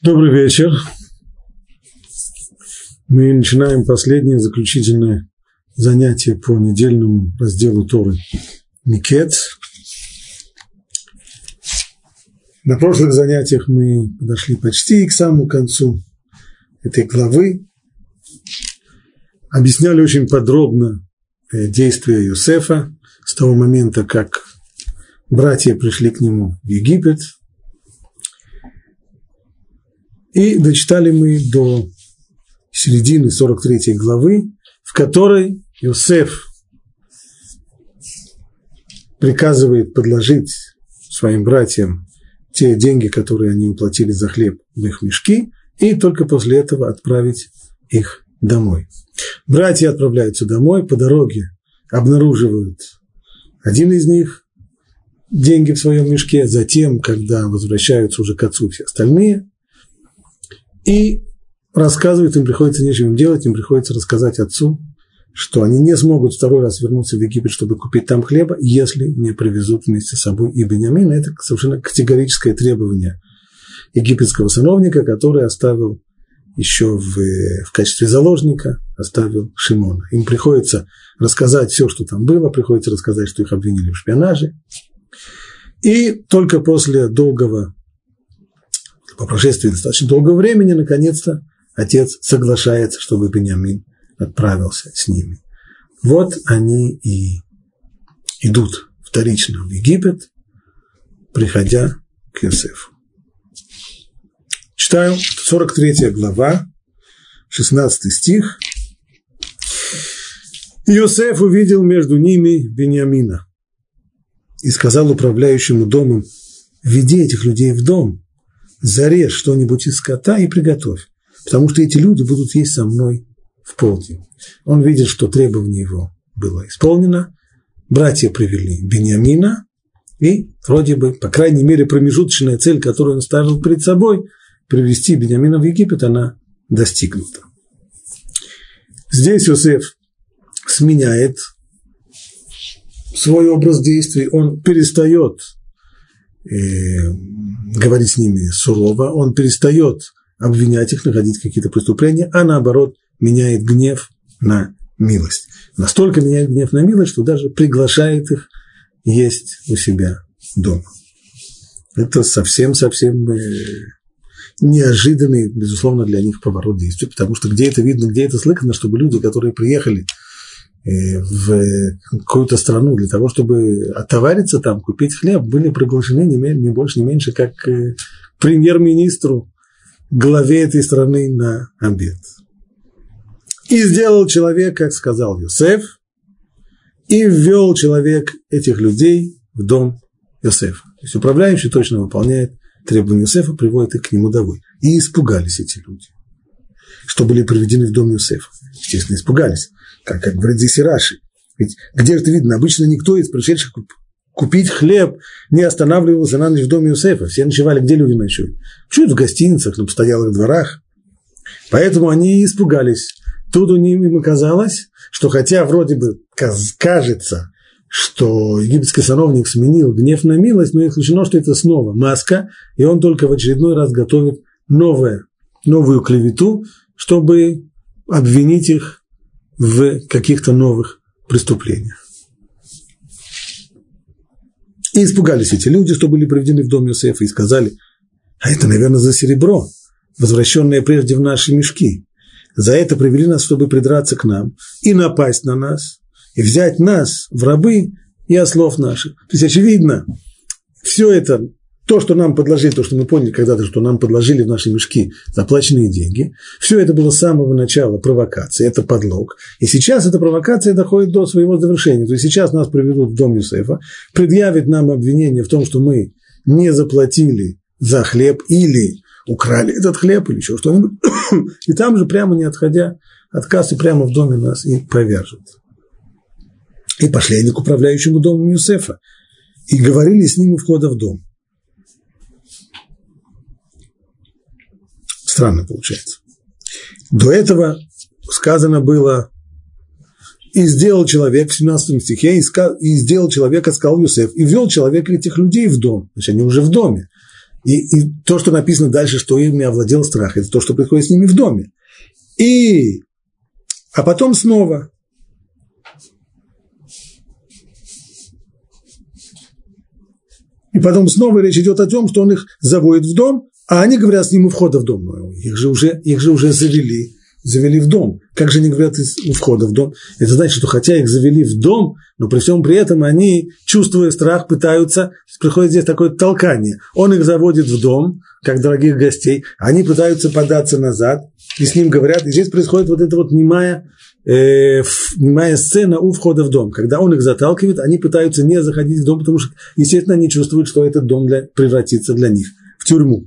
Добрый вечер. Мы начинаем последнее заключительное занятие по недельному разделу Торы Микец. На прошлых занятиях мы подошли почти к самому концу этой главы. Объясняли очень подробно действия Йосефа с того момента, как братья пришли к нему в Египет. И дочитали мы до середины 43 главы, в которой Йосеф приказывает подложить своим братьям те деньги, которые они уплатили за хлеб, в их мешки, и только после этого отправить их домой. Братья отправляются домой, по дороге обнаруживают один из них деньги в своем мешке, затем, когда возвращаются уже к отцу все остальные, и рассказывают, им приходится нечего им делать, им приходится рассказать отцу, что они не смогут второй раз вернуться в Египет, чтобы купить там хлеба, если не привезут вместе с собой и Биньямина. Это совершенно категорическое требование египетского сановника, который оставил еще в качестве заложника, оставил Шимона. Им приходится рассказать все, что там было, приходится рассказать, что их обвинили в шпионаже. И только после по прошествии достаточно долгого времени, наконец-то, отец соглашается, чтобы Биньямин отправился с ними. Вот они и идут вторично в Египет, приходя к Йосефу. Читаю 43 глава, 16 стих. Йосеф увидел между ними Биньямина и сказал управляющему домом: «Веди этих людей в дом, зарежь что-нибудь из скота и приготовь, потому что эти люди будут есть со мной в полдень». Он видит, что требование его было исполнено. Братья привели Биньямина, и вроде бы, по крайней мере, промежуточная цель, которую он ставил перед собой, привести Биньямина в Египет, она достигнута. Здесь Йосеф сменяет свой образ действий, он перестает говорить с ними сурово, он перестает обвинять их, находить какие-то преступления, а наоборот меняет гнев на милость. Настолько меняет гнев на милость, что даже приглашает их есть у себя дома. Это совсем-совсем неожиданный, безусловно, для них поворот действий, потому что где это видно, где это слыхано, чтобы люди, которые приехали в какую-то страну для того, чтобы отовариться там, купить хлеб, были приглашены не больше, не меньше, как премьер-министру, главе этой страны на обед. И сделал человек, как сказал Йосеф, и ввел человек этих людей в дом Йосефа. То есть управляющий точно выполняет требования Йосефа, приводит их к нему домой. И испугались эти люди, что были приведены в дом Йосефа. Естественно, испугались. Как говорит здесь и Раши. Ведь где же это видно? Обычно никто из пришедших купить хлеб не останавливался на ночь в доме Йосефа. Все ночевали, где люди ночуют? Чуть в гостиницах, на постоялых дворах. Поэтому они испугались. Тут им оказалось, что хотя вроде бы кажется, что египетский сановник сменил гнев на милость, но не исключено, что это снова маска, и он только в очередной раз готовит новую клевету, чтобы обвинить их в каких-то новых преступлениях. И испугались эти люди, что были приведены в дом Йосефа, и сказали: а это, наверное, за серебро, возвращенное прежде в наши мешки. За это привели нас, чтобы придраться к нам и напасть на нас, и взять нас в рабы и ослов наших. То есть, очевидно, все это, то, что нам подложили, то, что мы поняли когда-то, что нам подложили в наши мешки заплаченные деньги, все это было с самого начала провокацией, это подлог. И сейчас эта провокация доходит до своего завершения. То есть, сейчас нас приведут в дом Йосефа, предъявят нам обвинение в том, что мы не заплатили за хлеб или украли этот хлеб или еще что-нибудь, и там же, прямо не отходя от кассы, прямо в доме нас и повяжут. И пошли они к управляющему домом Йосефа и говорили с ним у входа в дом. Странно получается. До этого сказано было: и сделал человек, в 17 стихе, и сделал человека, сказал Йосеф, и ввел человек этих людей в дом. Значит, они уже в доме. И то, что написано дальше, что ими овладел страх, это то, что происходит с ними в доме. А потом снова. И потом снова речь идет о том, что он их заводит в дом, а они говорят с ним у входа в дом. Их же уже завели в дом. Как же они говорят у входа в дом? Это значит, что хотя их завели в дом, но при всем при этом они, чувствуя страх, пытаются, приходит здесь такое толкание. Он их заводит в дом, как дорогих гостей, они пытаются податься назад, и с ним говорят, и здесь происходит вот эта вот немая сцена у входа в дом. Когда он их заталкивает, они пытаются не заходить в дом, потому что, естественно, они чувствуют, что этот дом превратится для них в тюрьму.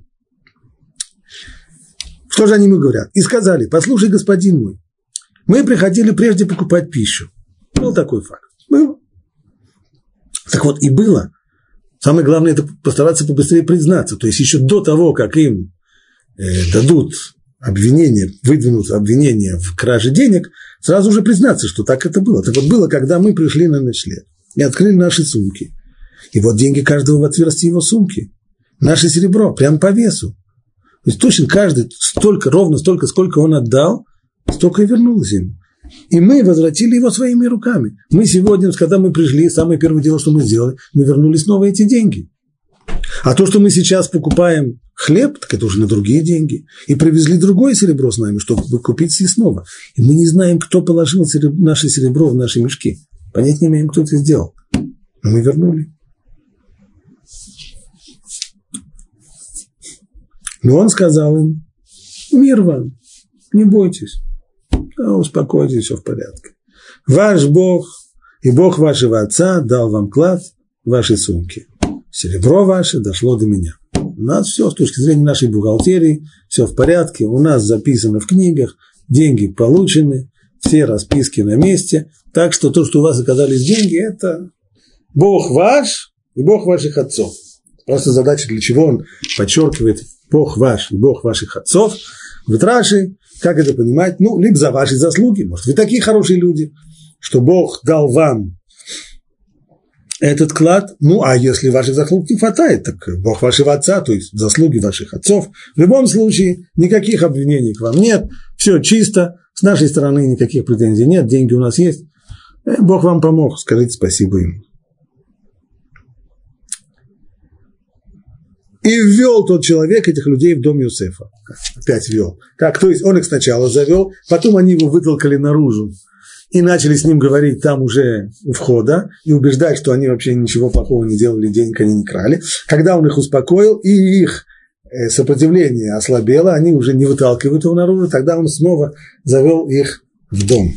Что же они ему говорят? И сказали: послушай, господин мой, мы приходили прежде покупать пищу. Был такой факт. Было. Так вот, и было. Самое главное, это постараться побыстрее признаться. То есть, еще до того, как им дадут обвинение, выдвинут обвинение в краже денег, сразу же признаться, что так это было. Так вот, было, когда мы пришли на ночлег и открыли наши сумки. И вот деньги каждого в отверстие его сумки. Наше серебро, прямо по весу. То есть точно каждый ровно столько, сколько он отдал, столько и вернулось ему. И мы возвратили его своими руками. Мы сегодня, когда мы пришли, самое первое дело, что мы сделали, мы вернули снова эти деньги. А то, что мы сейчас покупаем хлеб, так это уже на другие деньги. И привезли другое серебро с нами, чтобы купить снова. И мы не знаем, кто положил наше серебро в наши мешки. Понять не имеем, кто это сделал. Но мы вернули. Но он сказал им: мир вам, не бойтесь, успокойтесь, все в порядке. Ваш Бог и Бог вашего отца дал вам клад в вашей сумке. Серебро ваше дошло до меня. У нас все, с точки зрения нашей бухгалтерии, все в порядке, у нас записано в книгах, деньги получены, все расписки на месте. Так что то, что у вас оказались деньги, это Бог ваш и Бог ваших отцов. Просто задача, для чего он подчеркивает Бог ваш и Бог ваших отцов. В Раши, как это понимать? Либо за ваши заслуги. Может, вы такие хорошие люди, что Бог дал вам этот клад. А если ваших заслуг не хватает, так Бог вашего отца, то есть заслуги ваших отцов. В любом случае, никаких обвинений к вам нет. Все чисто. С нашей стороны никаких претензий нет. Деньги у нас есть. Бог вам помог. Скажите спасибо ему. И ввел тот человек этих людей в дом Йосефа. Опять ввел. То есть он их сначала завел, потом они его вытолкали наружу и начали с ним говорить там уже у входа и убеждать, что они вообще ничего плохого не делали, денег они не крали. Когда он их успокоил и их сопротивление ослабело, они уже не выталкивают его наружу, тогда он снова завел их в дом.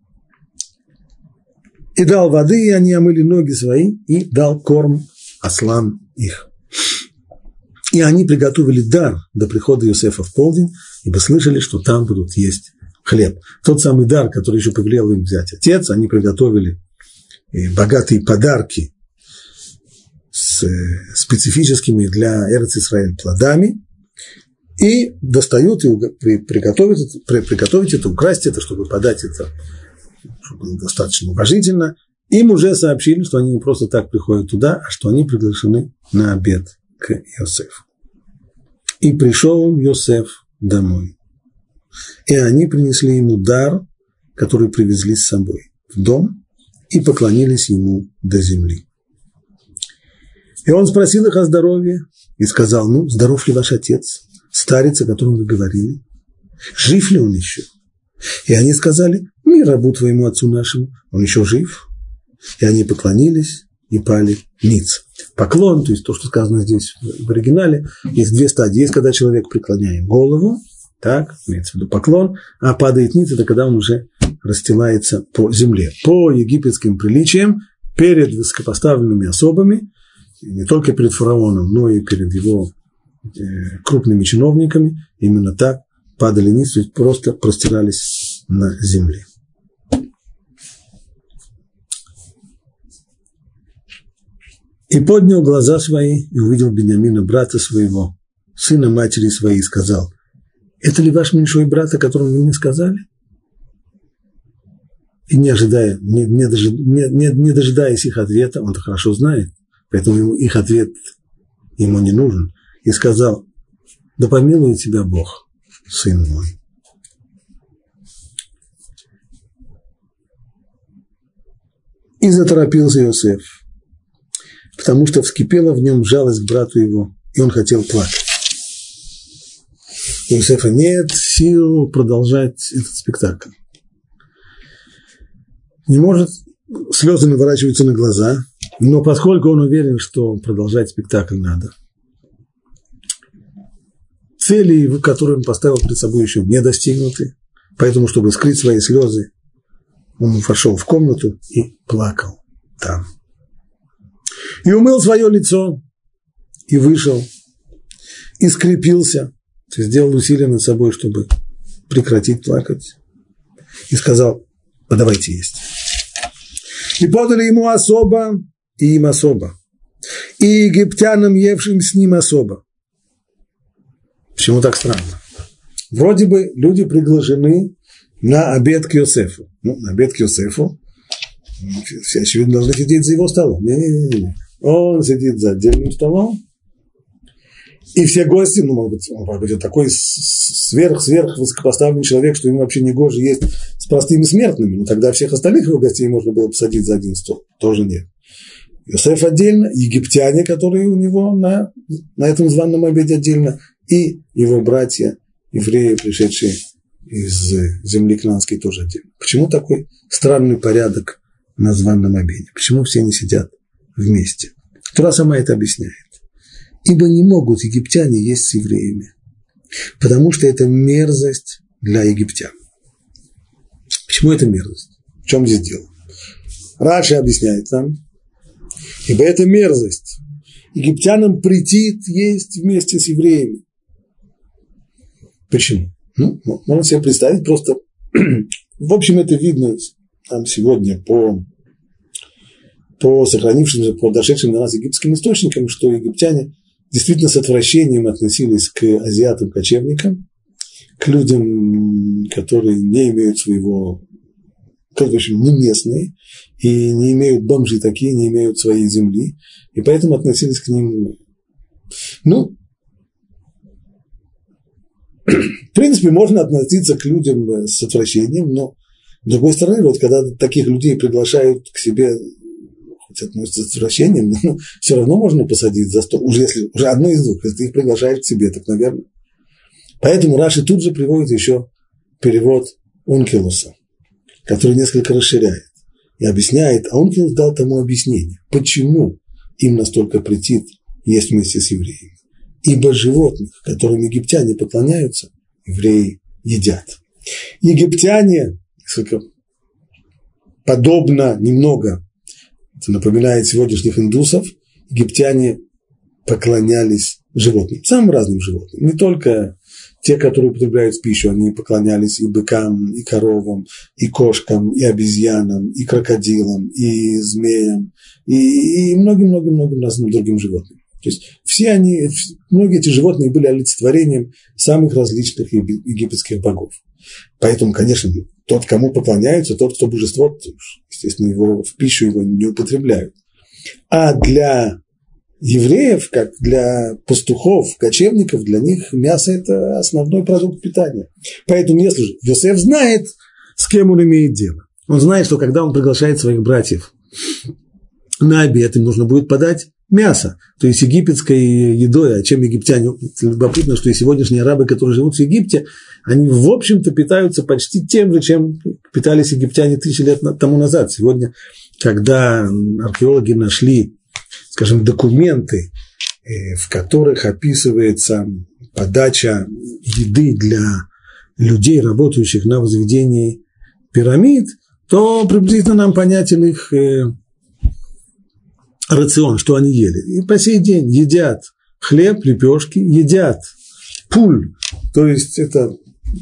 И дал воды, и они омыли ноги свои, и дал корм ослам их. И они приготовили дар до прихода Йосефа в полдень, ибо слышали, что там будут есть хлеб. Тот самый дар, который еще повелел им взять отец, они приготовили богатые подарки с специфическими для Эрец-Исраэль плодами, и достают, и приготовить это, украсть это, чтобы подать это, чтобы было достаточно уважительно. Им уже сообщили, что они не просто так приходят туда, а что они приглашены на обед к Йосефу. И пришел Йосеф домой. И они принесли ему дар, который привезли с собой в дом, и поклонились ему до земли. И он спросил их о здоровье, и сказал: здоров ли ваш отец, старец, о котором вы говорили? Жив ли он еще? И они сказали: мир рабу твоему отцу нашему, он еще жив. И они поклонились и пали ниц. Поклон, то есть то, что сказано здесь в оригинале, есть две стадии. Есть, когда человек преклоняет голову, так, имеется в виду поклон, а падает ниц, это когда он уже расстилается по земле. По египетским приличиям, перед высокопоставленными особами, не только перед фараоном, но и перед его крупными чиновниками, именно так падали ниц, то есть просто простирались на земле. И поднял глаза свои, и увидел Биньямина, брата своего, сына матери своей, и сказал: это ли ваш меньшой брат, о котором вы мне сказали? И не дожидаясь их ответа, он-то хорошо знает, поэтому их ответ ему не нужен. и сказал: да помилует тебя Бог, сын мой. И заторопился Иосиф, потому что вскипела в нем жалость к брату его, и он хотел плакать. У Иосифа нет сил продолжать этот спектакль. Не может, слезы наворачиваются на глаза, но поскольку он уверен, что продолжать спектакль надо, цели, которые он поставил перед собой, еще не достигнуты, поэтому, чтобы скрыть свои слезы, он вошел в комнату и плакал там. И умыл свое лицо, и вышел, и скрепился, то есть сделал усилие над собой, чтобы прекратить плакать, и сказал: подавайте есть. И подали ему особо, и им особо, и египтянам, евшим с ним особо. Почему так странно? Вроде бы люди приглашены на обед к Йосефу. Ну, на обед к Йосефу все, очевидно, должны сидеть за его столом. Не. Он сидит за отдельным столом, и все гости, ну, может быть, такой сверх высокопоставленный человек, что ему вообще не гоже есть с простыми смертными, но тогда всех остальных его гостей можно было посадить за один стол. Тоже нет. Йосеф отдельно, египтяне, которые у него на этом званом обеде отдельно, и его братья, евреи, пришедшие из земли Кнаанской, тоже отдельно. Почему такой странный порядок на званом обеде? Почему все не сидят вместе? Тора сама это объясняет. Ибо не могут египтяне есть с евреями, потому что это мерзость для египтян. Почему это мерзость? В чем здесь дело? Раши объясняет нам: ибо это мерзость. Египтянам претит есть вместе с евреями. Почему? Ну, можно себе представить просто, в общем, это видно там сегодня по сохранившимся, по дошедшим до нас египетским источникам, что египтяне действительно с отвращением относились к азиатам-кочевникам, к людям, которые не имеют своего, в общем, не местные, и не имеют бомжи такие, не имеют своей земли, и поэтому относились к ним, ну, в принципе, можно относиться к людям с отвращением, но, с другой стороны, вот когда таких людей приглашают к себе, хоть относятся с отвращением, но все равно можно посадить за стол, уже одно из двух, если ты их приглашаешь к себе, так, наверное. Поэтому Раши тут же приводит еще перевод Ункилуса, который несколько расширяет и объясняет, а Ункилус дал тому объяснение, почему им настолько претит есть вместе с евреями. Ибо животных, которым египтяне поклоняются, евреи едят. Египтяне, подобно немного, это напоминает сегодняшних индусов, египтяне поклонялись животным, самым разным животным, не только те, которые употребляют в пищу, они поклонялись и быкам, и коровам, и кошкам, и обезьянам, и крокодилам, и змеям, и многим-многим-многим разным другим животным. То есть многие эти животные были олицетворением самых различных египетских богов. Поэтому, конечно, тот, кому поклоняются, тот, кто божество, естественно, его в пищу его не употребляют. А для евреев, как для пастухов, кочевников, для них мясо – это основной продукт питания. Поэтому, если же Йосеф знает, с кем он имеет дело, он знает, что когда он приглашает своих братьев на обед, им нужно будет подать мясо, то есть египетской едой, а чем египтяне, любопытно, что и сегодняшние арабы, которые живут в Египте, они, в общем-то, питаются почти тем же, чем питались египтяне 1000 лет тому назад. Сегодня, когда археологи нашли, скажем, документы, в которых описывается подача еды для людей, работающих на возведении пирамид, то приблизительно нам понятен их рацион, что они ели. И по сей день едят хлеб, лепешки, едят пуль, то есть это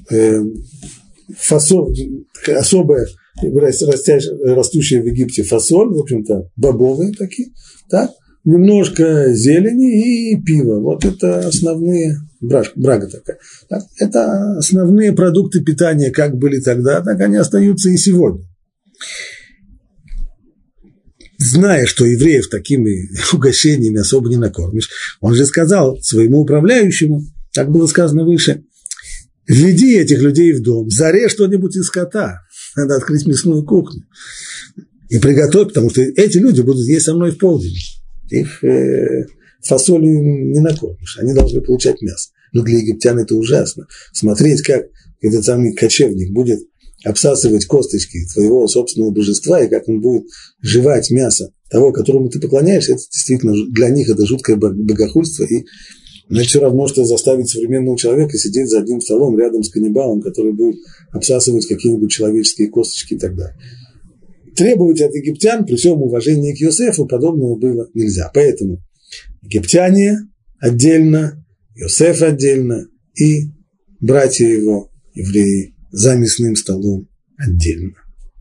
фасоль, особая растущая в Египте фасоль, в общем-то, бобовые такие, так? Немножко зелени и пива. Вот это основные, брага такая. Так? Это основные продукты питания, как были тогда, так они остаются и сегодня. зная, что евреев такими угощениями особо не накормишь, он же сказал своему управляющему, как было сказано выше, введи этих людей в дом, зарежь что-нибудь из скота, надо открыть мясную кухню и приготовь, потому что эти люди будут есть со мной в полдень. Их фасолью не накормишь, они должны получать мясо. Но для египтян это ужасно. Смотреть, как этот самый кочевник будет обсасывать косточки твоего собственного божества, и как он будет жевать мясо того, которому ты поклоняешься, это действительно для них это жуткое богохульство, и это все равно, что заставить современного человека сидеть за одним столом рядом с каннибалом, который будет обсасывать какие-нибудь человеческие косточки и так далее. Требовать от египтян при всем уважении к Йосефу подобного было нельзя. Поэтому египтяне отдельно, Йосеф отдельно и братья его, евреи, за мясным столом отдельно.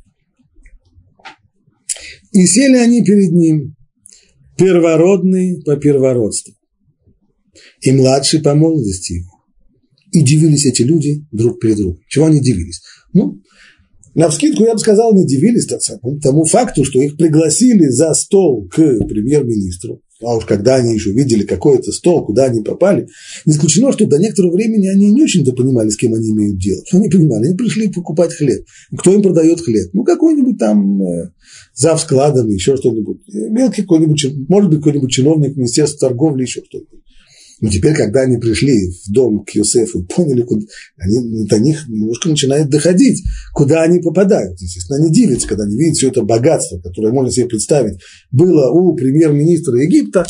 И сели они перед ним, первородный по первородству, и младший по молодости его. И дивились эти люди друг перед другом. Чего они дивились? Ну, навскидку я бы сказал, не дивились тому факту, что их пригласили за стол к премьер-министру. А уж когда они еще видели какой-то стол, куда они попали, не исключено, что до некоторого времени они не очень-то понимали, с кем они имеют дело. Что они понимали? Они пришли покупать хлеб. Кто им продает хлеб? Ну, какой-нибудь там зав. Складом, еще что-нибудь. Мелкий какой-нибудь, может быть, какой-нибудь чиновник Министерства торговли, еще что-нибудь. Но теперь, когда они пришли в дом к Йосефу, поняли, куда, до них немножко начинает доходить, куда они попадают. Естественно, они дивятся, когда они видят все это богатство, которое можно себе представить, было у премьер-министра Египта,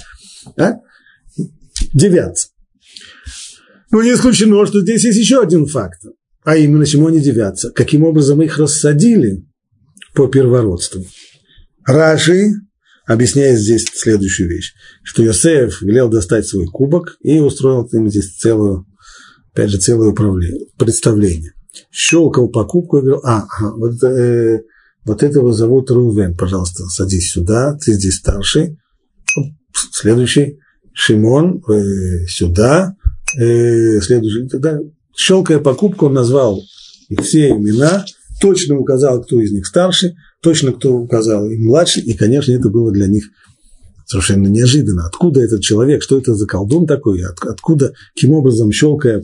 дивятся. Но не исключено, что здесь есть еще один фактор, а именно, чему они дивятся, каким образом их рассадили по первородству. Раши объясняет здесь следующую вещь, что Йосеф велел достать свой кубок и устроил им здесь целое представление. Щелкал по кубку и говорил, вот этого зовут Рувен, пожалуйста, садись сюда, ты здесь старший. Следующий, Шимон, сюда, следующий, и так далее. Щелкая по кубку, он назвал их все имена, точно указал, кто из них старший, точно кто указал им младший, и, конечно, это было для них совершенно неожиданно. Откуда этот человек, что это за колдун такой, откуда, каким образом, щелкая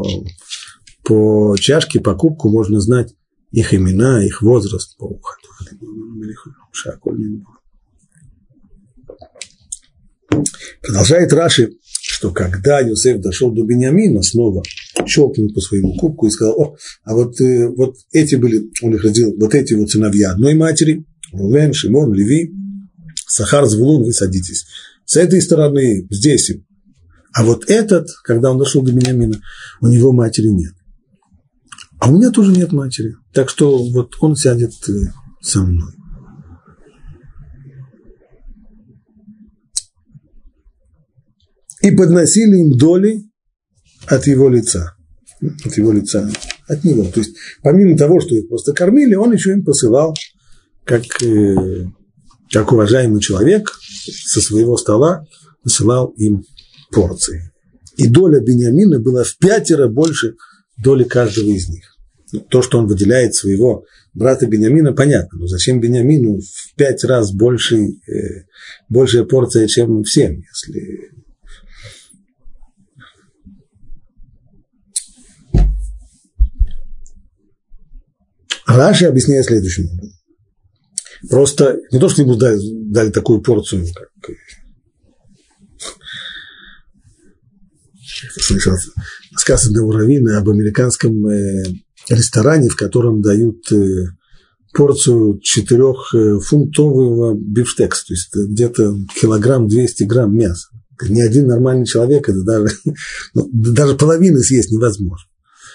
по чашке, по кубку, можно знать их имена, их возраст. Продолжает Раши, что когда Йосеф дошел до Биньямина, снова щелкнул по своему кубку и сказал, вот эти были, он их разделил, вот эти вот сыновья одной матери, Рувен, Шимон, Леви, Сахар, Звулун, вы садитесь. С этой стороны здесь им. А вот этот, когда он дошел до Биньямина, у него матери нет. А у меня тоже нет матери. Так что вот он сядет со мной. И подносили им доли от его лица. От его лица, от него. То есть, помимо того, что их просто кормили, он еще им посылал, как уважаемый человек, со своего стола посылал им порции. И доля Биньямина была в 5 больше доли каждого из них. То, что он выделяет своего брата Биньямина, понятно. Но зачем Биньямину в 5 раз большая порция, чем всем, если... Раши объясняет следующим образом. Просто не то, что ему дали такую порцию, как слышал рассказ одного раввина об американском ресторане, в котором дают порцию 4-фунтового бифштекса, то есть где-то 200 килограмм мяса. Ни один нормальный человек это даже половины съесть невозможно.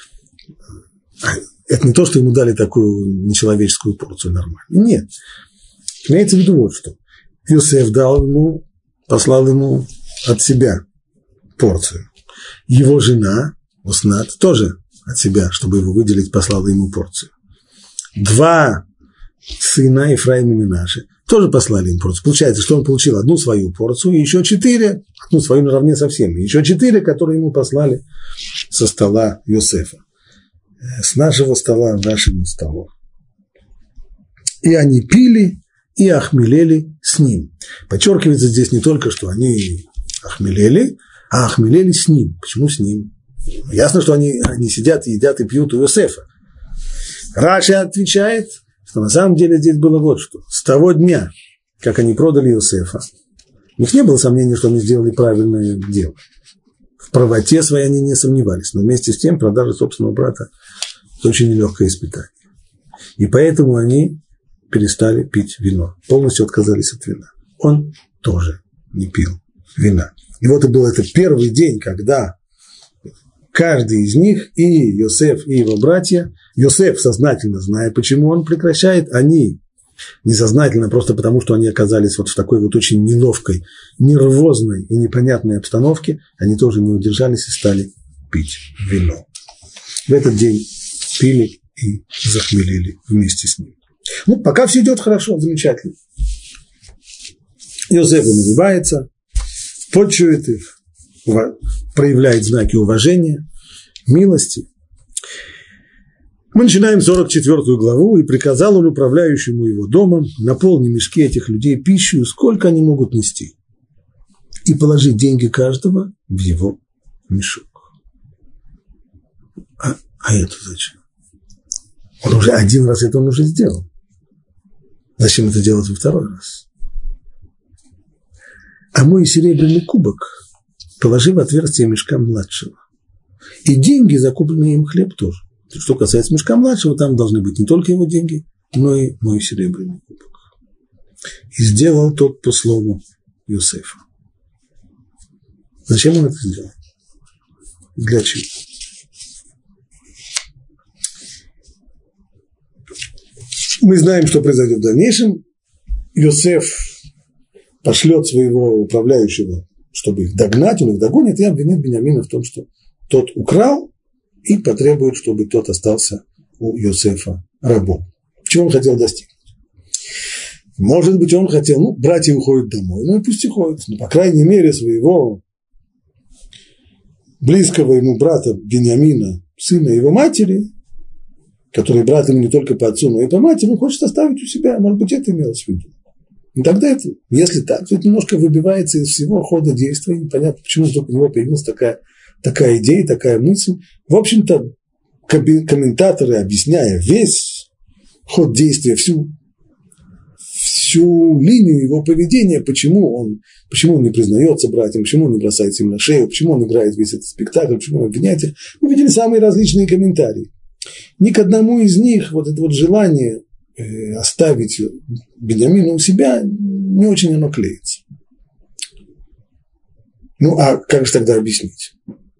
Это не то, что ему дали такую нечеловеческую порцию нормально. Нет. Имеется в виду вот что. Йосеф послал ему от себя порцию. Его жена, Оснат, тоже от себя, чтобы его выделить, послала ему порцию. 2 сына, Ефраим и Менаше, тоже послали им порцию. Получается, что он получил одну свою порцию, и еще 4, одну свою наравне со всеми, еще 4, которые ему послали со стола Йосефа. С нашего стола, нашему столу. И они пили и охмелели с ним. Подчеркивается здесь не только, что они охмелели, а охмелели с ним. Почему с ним? Ясно, что они сидят, едят и пьют у Йосефа. Раши отвечает, что на самом деле здесь было вот что. С того дня, как они продали Йосефа, у них не было сомнений, что они сделали правильное дело. В правоте своей они не сомневались, но вместе с тем продажа собственного брата – это очень нелегкое испытание. И поэтому они перестали пить вино, полностью отказались от вина. Он тоже не пил вина. И вот это был первый день, когда каждый из них, и Йосеф, и его братья, Йосеф сознательно, зная, почему он прекращает, они несознательно, просто потому, что они оказались вот в такой вот очень неловкой, нервозной и непонятной обстановке, они тоже не удержались и стали пить вино. В этот день пили и захмелели вместе с ним. Ну, пока все идет хорошо, замечательно. Йосеф им улыбается, почует их, проявляет знаки уважения, милости. Мы начинаем 44 главу, и приказал он управляющему его домом: наполни мешки этих людей пищей, сколько они могут нести, и положи деньги каждого в его мешок. А это зачем? Он уже один раз это он уже сделал. Зачем это делать во второй раз? А мой серебряный кубок положи в отверстие мешка младшего. И деньги, закупленные им хлеб, тоже. Что касается мешка младшего, там должны быть не только его деньги, но и мой серебряный кубок. И сделал тот по слову Йосефа. Зачем он это сделал? Для чего? Мы знаем, что произойдет в дальнейшем. Йосеф пошлет своего управляющего, чтобы их догнать, он их догонит и обвинит Биньямина в том, что тот украл, и потребует, чтобы тот остался у Йосефа рабом. Чего он хотел достигнуть? Может быть, он хотел, братья уходят домой, и пусть уходят, но, по крайней мере, своего близкого ему брата Биньямина, сына его матери, который брат ему не только по отцу, но и по матери, он хочет оставить у себя, может быть, это имелось в виду. И тогда это, если так, то это немножко выбивается из всего хода действия, непонятно, почему вдруг у него появилась такая идея, такая мысль. В общем-то, комментаторы, объясняя весь ход действия, всю линию его поведения, почему он не признается братьям, почему он не бросается им на шею, почему он играет весь этот спектакль, почему он обвиняет их, мы видели самые различные комментарии. Ни к одному из них вот это вот желание оставить Биньямина у себя не очень оно клеится. А как же тогда объяснить?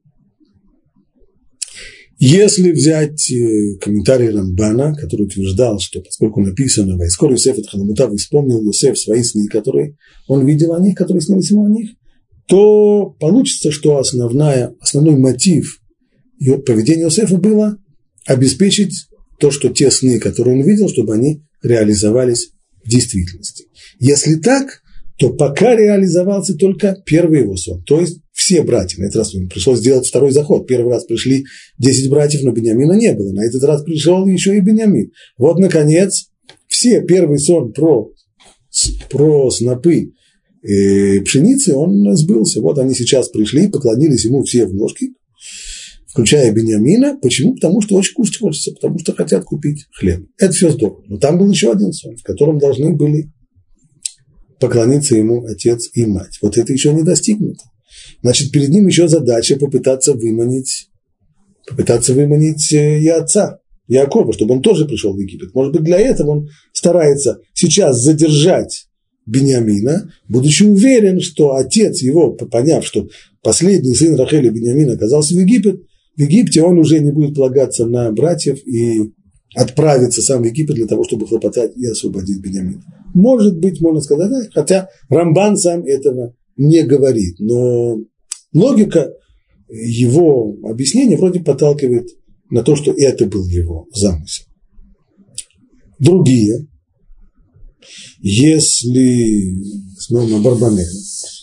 Если взять комментарий Рамбана, который утверждал, что поскольку написано «Вайскор Йосеф эт халамутав», вспомнил Йосеф свои сны, которые он видел о них, которые снились ему о них, то получится, что основной мотив поведения Йосефа было обеспечить то, что те сны, которые он видел, чтобы они реализовались в действительности. Если так, то пока реализовался только первый его сон, то есть все братья. На этот раз ему пришлось сделать второй заход. Первый раз пришли 10 братьев, но Биньямина не было. На этот раз пришел еще и Биньямин. Вот, наконец, первый сон про снопы пшеницы, он сбылся. Вот они сейчас пришли, поклонились ему все в ножки, включая Биньямина. Почему? Потому что очень кушать хочется, потому что хотят купить хлеб. Это все здорово. Но там был еще один сон, в котором должны были поклониться ему отец и мать. Вот это еще не достигнуто. Значит, перед ним еще задача попытаться выманить и отца Яакова, чтобы он тоже пришел в Египет. Может быть, для этого он старается сейчас задержать Биньямина, будучи уверен, что отец его, поняв, что последний сын Рахели Биньямин оказался в Египте, он уже не будет полагаться на братьев и отправиться сам в Египет для того, чтобы хлопотать и освободить Биньямина. Может быть, можно сказать, да, хотя Рамбан сам этого не говорит, но логика его объяснения вроде подталкивает на то, что это был его замысел. Другие, если смотрим на Абарбанеля.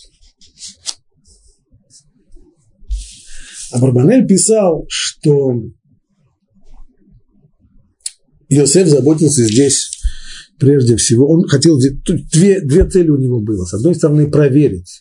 Абарбанель писал, что Йосеф заботился здесь прежде всего, он хотел, две цели у него было. С одной стороны, проверить,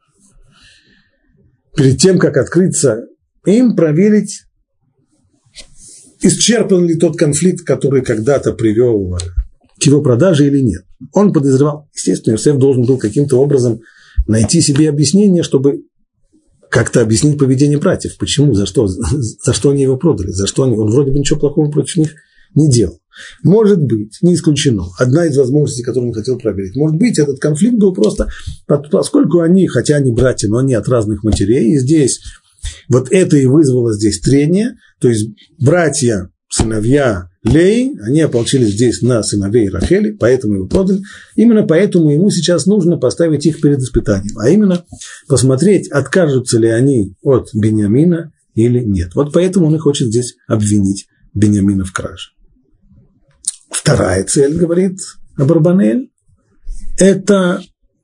перед тем, как открыться им, проверить, исчерпан ли тот конфликт, который когда-то привел к его продаже или нет. Он подозревал, естественно, Йосеф должен был каким-то образом найти себе объяснение, чтобы как-то объяснить поведение братьев. Почему, за что они его продали, он вроде бы ничего плохого против них не делал. Может быть, не исключено, одна из возможностей, которую он хотел проверить, может быть, этот конфликт был просто, поскольку они, хотя они братья, но они от разных матерей, и здесь вот это и вызвало здесь трение, то есть братья, сыновья Леи, они ополчились здесь на сыновей Рахели, поэтому его продали. Именно поэтому ему сейчас нужно поставить их перед испытанием, а именно посмотреть, откажутся ли они от Биньямина или нет. Вот поэтому он и хочет здесь обвинить Биньямина в краже. Вторая цель, говорит Абарбанель, это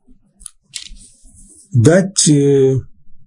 дать им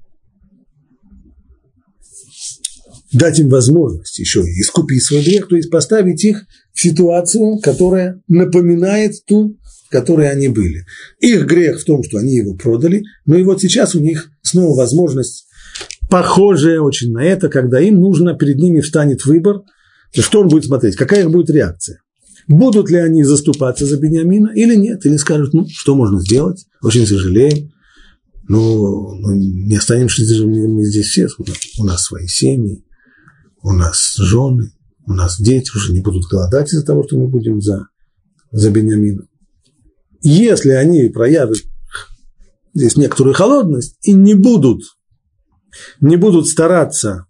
возможность еще искупить свой грех, то есть поставить их в ситуацию, которая напоминает ту, в которой они были. Их грех в том, что они его продали, но и вот сейчас у них снова возможность, похожая очень на это, когда им нужно, перед ними встанет выбор, что он будет смотреть, какая их будет реакция. Будут ли они заступаться за Биньямина или нет, или скажут, что можно сделать, очень сожалеем, но не останемся мы здесь все, у нас свои семьи, у нас жены, у нас дети уже не будут голодать из-за того, что мы будем за Биньямина. Если они проявят здесь некоторую холодность и не будут стараться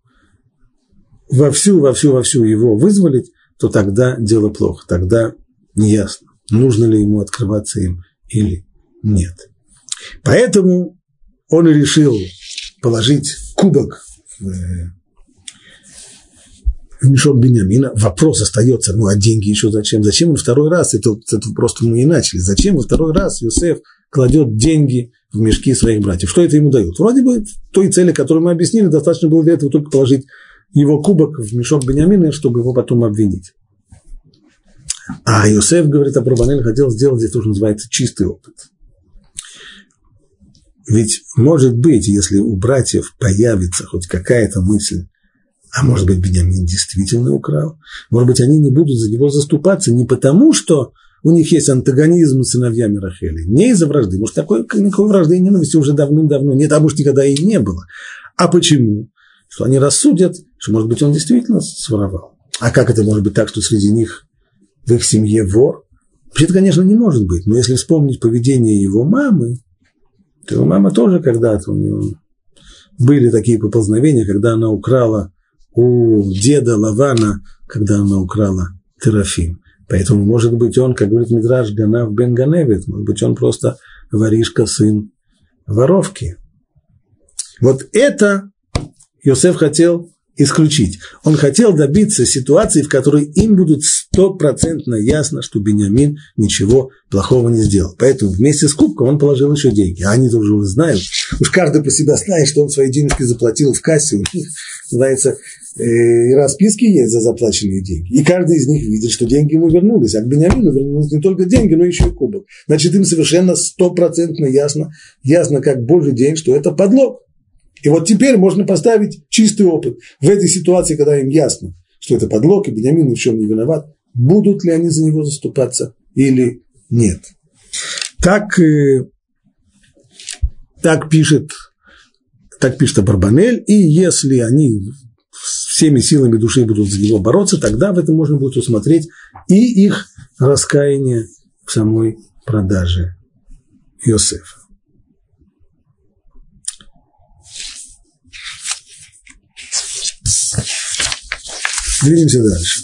вовсю его вызволить, то тогда дело плохо, тогда неясно, нужно ли ему открываться им или нет. Поэтому он и решил положить кубок в мешок Биньямина. Вопрос остается, а деньги еще зачем? Зачем он второй раз? Это просто мы и начали. Зачем во второй раз Йосеф кладет деньги в мешки своих братьев? Что это ему дает? Вроде бы той цели, которую мы объяснили, достаточно было для этого только положить его кубок в мешок Биньямина, чтобы его потом обвинить. А Йосеф, говорит, Абарбанель хотел сделать здесь то, что называется чистый опыт. Ведь, может быть, если у братьев появится хоть какая-то мысль, а может быть, Биньямин действительно украл, может быть, они не будут за него заступаться не потому, что у них есть антагонизм с сыновьями Рахели, не из-за вражды, может, никакой вражды и ненависти уже давным-давно нет, а может, никогда и не было. А почему? Что они рассудят, что, может быть, он действительно своровал. А как это может быть так, что среди них в их семье вор? Вообще-то, конечно, не может быть, но если вспомнить поведение его мамы, то его мама тоже когда-то, у нее были такие поползновения, когда она украла у деда Лавана, когда она украла Терафим. Поэтому, может быть, он, как говорит Мидраш, Ганав бен Ганевит, может быть, он просто воришка, сын воровки. Вот это Йосеф хотел исключить. Он хотел добиться ситуации, в которой им будет 100% ясно, что Биньямин ничего плохого не сделал. Поэтому вместе с кубком он положил еще деньги. А они тоже уже знают. Уж каждый по себе знает, что он свои денежки заплатил в кассе. У них, называется, и расписки есть за заплаченные деньги. И каждый из них видит, что деньги ему вернулись. А к Биньямину вернулись не только деньги, но еще и кубок. Значит, им совершенно 100% ясно как божий день, что это подлог. И вот теперь можно поставить чистый опыт. В этой ситуации, когда им ясно, что это подлог, и Биньямин ни в чем не виноват, будут ли они за него заступаться или нет. Так пишет Абарбанель, и если они всеми силами души будут за него бороться, тогда в этом можно будет усмотреть и их раскаяние в самой продаже Йосефа. Двинемся дальше.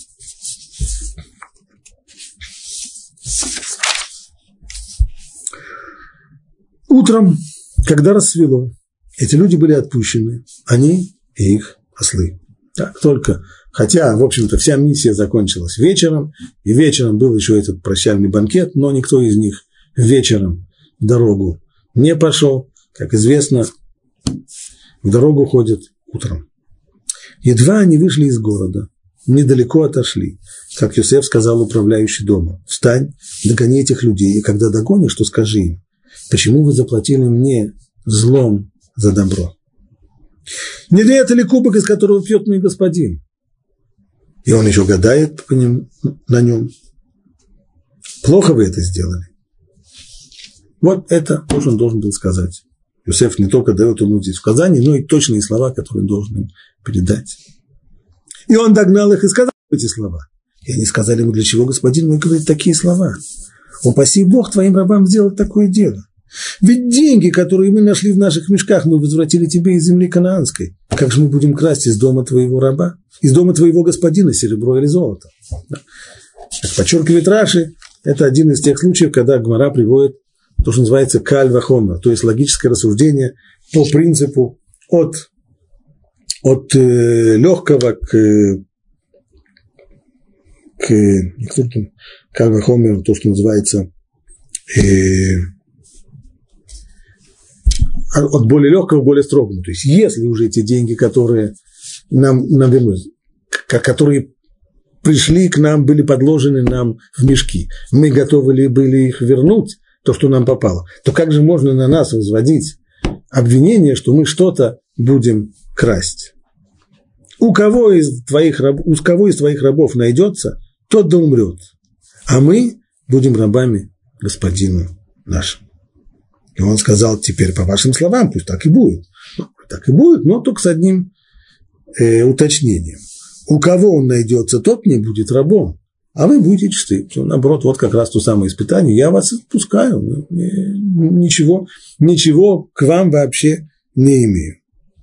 Утром, когда рассвело, эти люди были отпущены, они и их ослы. Так только, хотя, в общем-то, вся миссия закончилась вечером, и вечером был еще этот прощальный банкет, но никто из них вечером в дорогу не пошел. Как известно, в дорогу ходят утром. Едва они вышли из города, недалеко отошли. Как Йосеф сказал управляющий домом: встань, догони этих людей, и когда догонишь, то скажи им: почему вы заплатили мне злом за добро? Не ли это ли кубок, из которого пьет мой господин? И он еще гадает на нем. Плохо вы это сделали. Вот это тоже он должен был сказать. Йосеф не только дает ему здесь указания, но и точные слова, которые он должен им передать. И он догнал их и сказал эти слова. И они сказали ему: для чего господин мой говорит такие слова? Упаси Бог твоим рабам сделать такое дело. Ведь деньги, которые мы нашли в наших мешках, мы возвратили тебе из земли канаанской. Как же мы будем красть из дома твоего раба, из дома твоего господина серебро или золото? Как подчеркивает Раши, это один из тех случаев, когда Гмара приводит то, что называется каль вахомер, то есть логическое рассуждение по принципу от легкого к каль вахомер, то, что называется от более легкого к более строгому. То есть, если уже эти деньги, которые нам вернулись, которые пришли к нам, были подложены нам в мешки, мы готовы ли были их вернуть, то, что нам попало, то как же можно на нас возводить обвинение, что мы что-то будем красть? У кого из твоих рабов найдется, тот да умрет, а мы будем рабами господину нашему. И он сказал: теперь, по вашим словам, пусть так и будет. Так и будет, но только с одним уточнением. У кого он найдется, тот не будет рабом, а вы будете чисты. Наоборот, вот как раз то самое испытание. Я вас отпускаю. Ничего к вам вообще не имею.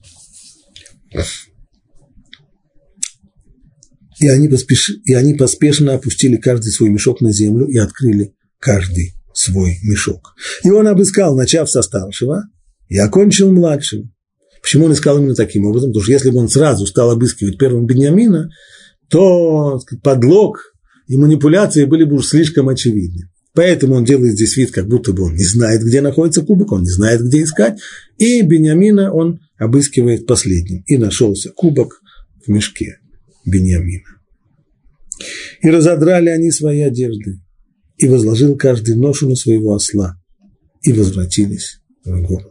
И они поспешно опустили каждый свой мешок на землю и открыли каждый свой мешок. И он обыскал, начав со старшего, и окончил младшим. Почему он искал именно таким образом? Потому что если бы он сразу стал обыскивать первым Биньямина, то подлог и манипуляции были бы уж слишком очевидны. Поэтому он делает здесь вид, как будто бы он не знает, где находится кубок, он не знает, где искать. И Биньямина он обыскивает последним. И нашелся кубок в мешке Биньямина. И разодрали они свои одежды. И возложил каждый ношу на своего осла, и возвратились в город.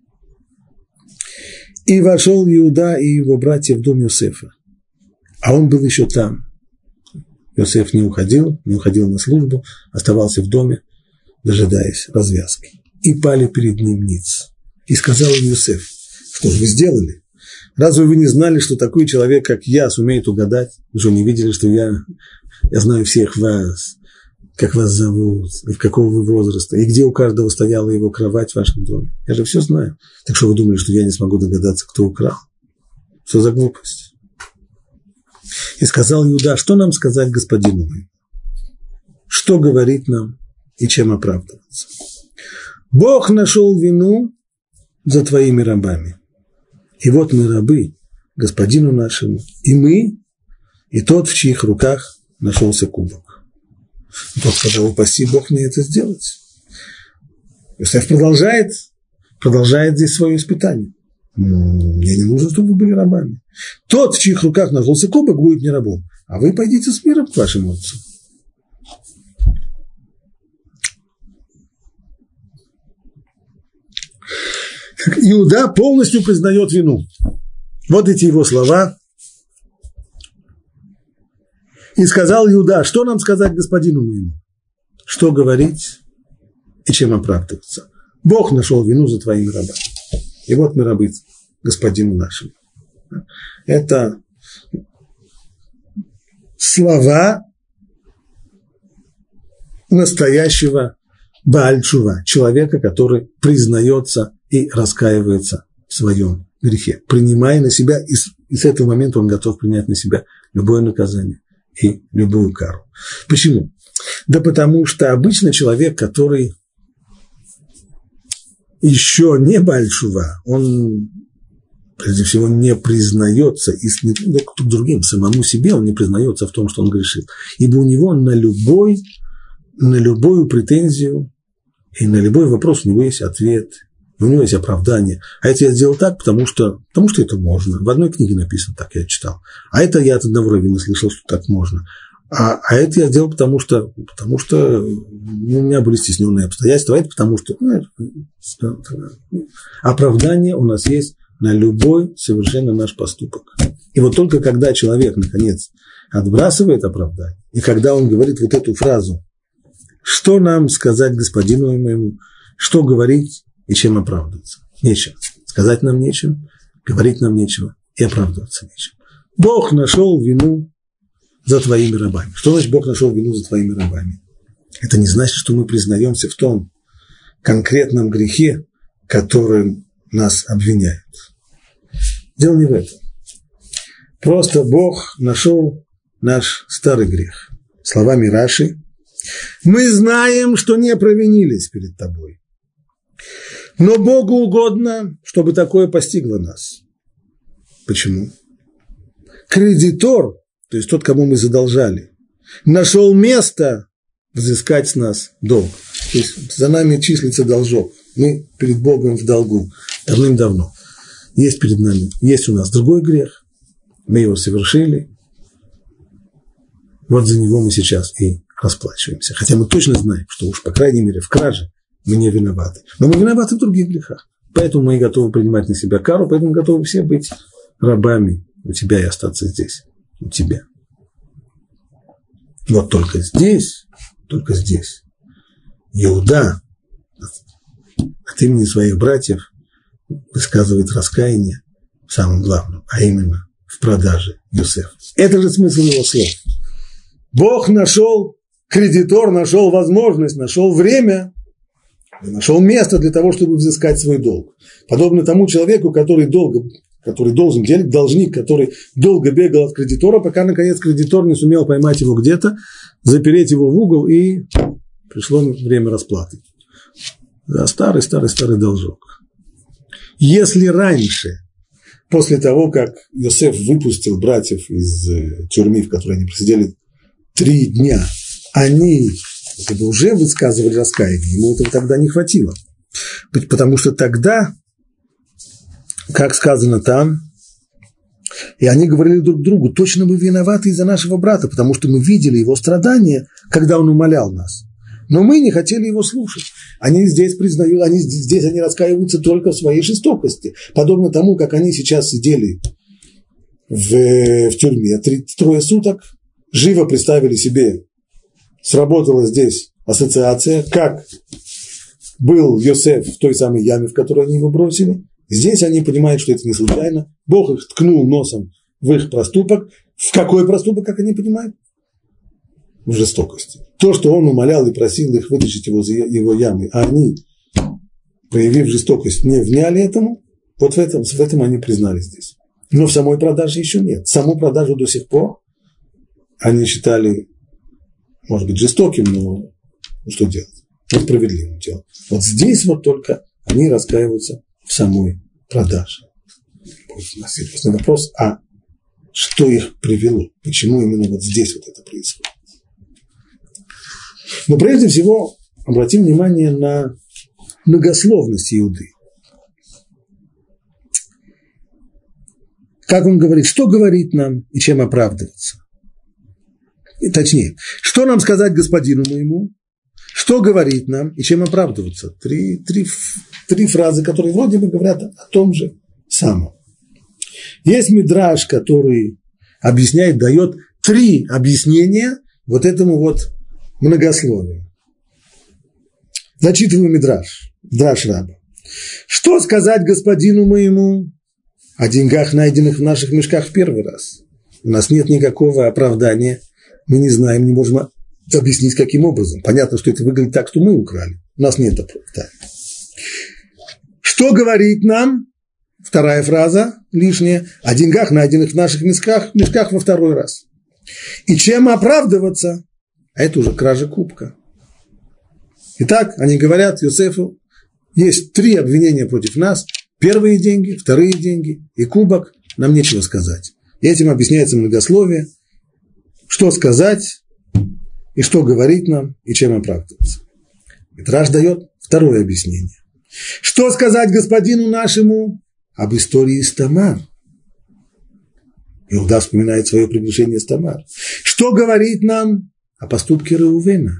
И вошел Иуда и его братья в дом Йосефа, а он был еще там. Йосеф не уходил на службу, оставался в доме, дожидаясь развязки. И пали перед ним ниц. И сказал им Йосеф: что же вы сделали? Разве вы не знали, что такой человек, как я, сумеет угадать? Вы же не видели, что я знаю всех вас, как вас зовут, и в какого вы возраста, и где у каждого стояла его кровать в вашем доме. Я же все знаю. Так что вы думали, что я не смогу догадаться, кто украл? Что за глупость? И сказал Иуда: что нам сказать господину моему? Что говорить нам и чем оправдываться? Бог нашел вину за твоими рабами. И вот мы рабы господину нашему, и мы, и тот, в чьих руках нашелся кубок. Тот сказал: упаси Бог мне это сделать. Йосеф продолжает здесь свое испытание. Мне не нужно, чтобы вы были рабами. Тот, в чьих руках нашелся кубок, будет не рабом, а вы пойдите с миром к вашему отцу. Иуда полностью признает вину. Вот эти его слова. И сказал Иуда: что нам сказать господину моему? Что говорить и чем оправдываться? Бог нашел вину за твоими рабами. И вот мы рабы господину нашему. Это слова настоящего Бааль Тшува, человека, который признается и раскаивается в своем грехе, принимая на себя, и с этого момента он готов принять на себя любое наказание и любую кару. Почему? Да потому что обычно человек, который еще не Бааль Тшува, он прежде всего не признается, и к другим, самому себе он не признается в том, что он грешит. Ибо у него на любую претензию и на любой вопрос у него есть ответ у него есть оправдание. А это я сделал так, потому что это можно. В одной книге написано так, я читал. А это я от одного раввина слышал, что так можно. А это я сделал, потому что у меня были стесненные обстоятельства, а это потому что оправдание у нас есть на любой совершенно наш поступок. И вот только когда человек, наконец, отбрасывает оправдание, и когда он говорит вот эту фразу, что нам сказать господину моему, что говорить и чем оправдываться? Нечем. Сказать нам нечем, говорить нам нечего и оправдываться нечем. Бог нашел вину за твоими рабами. Что значит Бог нашел вину за твоими рабами? Это не значит, что мы признаемся в том конкретном грехе, которым нас обвиняют. Дело не в этом. Просто Бог нашел наш старый грех. Словами Раши: мы знаем, что не провинились перед тобой, но Богу угодно, чтобы такое постигло нас. Почему? Кредитор, то есть тот, кому мы задолжали, нашел место взыскать с нас долг. То есть за нами числится должок. Мы перед Богом в долгу давным-давно. Есть у нас другой грех. Мы его совершили. Вот за него мы сейчас и расплачиваемся. Хотя мы точно знаем, что уж, по крайней мере, в краже мы не виноваты. Но мы виноваты в других грехах. Поэтому мы и готовы принимать на себя кару, поэтому готовы все быть рабами у тебя и остаться здесь. У тебя. Вот только здесь Иуда от имени своих братьев высказывает раскаяние в самом главном, а именно в продаже Йосефа. Это же смысл его слов. Бог нашел, кредитор нашел возможность, нашел время, нашел место для того, чтобы взыскать свой долг. Подобно тому человеку, который должен делать, должник, который долго бегал от кредитора, пока, наконец, кредитор не сумел поймать его где-то, запереть его в угол, и пришло время расплаты. Да, старый должок. Если раньше, после того, как Йосеф выпустил братьев из тюрьмы, в которой они просидели 3 дня, они уже высказывали раскаяние, ему этого тогда не хватило. Потому что тогда, как сказано там, и они говорили друг другу: точно мы виноваты из-за нашего брата, потому что мы видели его страдания, когда он умолял нас. Но мы не хотели его слушать. Они здесь раскаиваются только в своей жестокости. Подобно тому, как они сейчас сидели в тюрьме 3 суток, живо представили себе, сработала здесь ассоциация, как был Йосеф в той самой яме, в которой они его бросили. Здесь они понимают, что это не случайно. Бог их ткнул носом в их проступок. В какой проступок, как они понимают? В жестокости. То, что он умолял и просил их вытащить его из его ямы, а они, проявив жестокость, не вняли этому, вот в этом они признались здесь. Но в самой продаже еще нет. Саму продажу до сих пор они считали, может быть, жестоким, но что делать? Несправедливым делом. Вот здесь вот только они раскаиваются в самой продаже. У нас серьезный вопрос: а что их привело? Почему именно вот здесь вот это происходит? Но прежде всего обратим внимание на многословность Иуды. Как он говорит, что говорит нам и чем оправдываться? И, точнее, что нам сказать господину моему, что говорит нам и чем оправдываться? Три фразы, которые вроде бы говорят о том же самом. Есть мидраш, который объясняет, дает 3 объяснения вот этому вот многословию. Зачитываю мидраш раба. Что сказать господину моему о деньгах, найденных в наших мешках в первый раз? У нас нет никакого оправдания. Мы не знаем, не можем объяснить, каким образом. Понятно, что это выглядит так, что мы украли. У нас нет оправдания. Что говорит нам? 2 фраза лишняя. О деньгах, найденных в наших мешках во 2 раз. И чем оправдываться? А это уже кража кубка. Итак, они говорят Йосефу: есть 3 обвинения против нас. Первые деньги, вторые деньги и кубок. Нам нечего сказать. И этим объясняется многословие. Что сказать и что говорить нам, и чем оправдываться. Мидраш дает 2 объяснение. Что сказать господину нашему об истории с Тамар? Иуда вспоминает свое приближение с Тамар. Что говорит нам о поступке Реувена?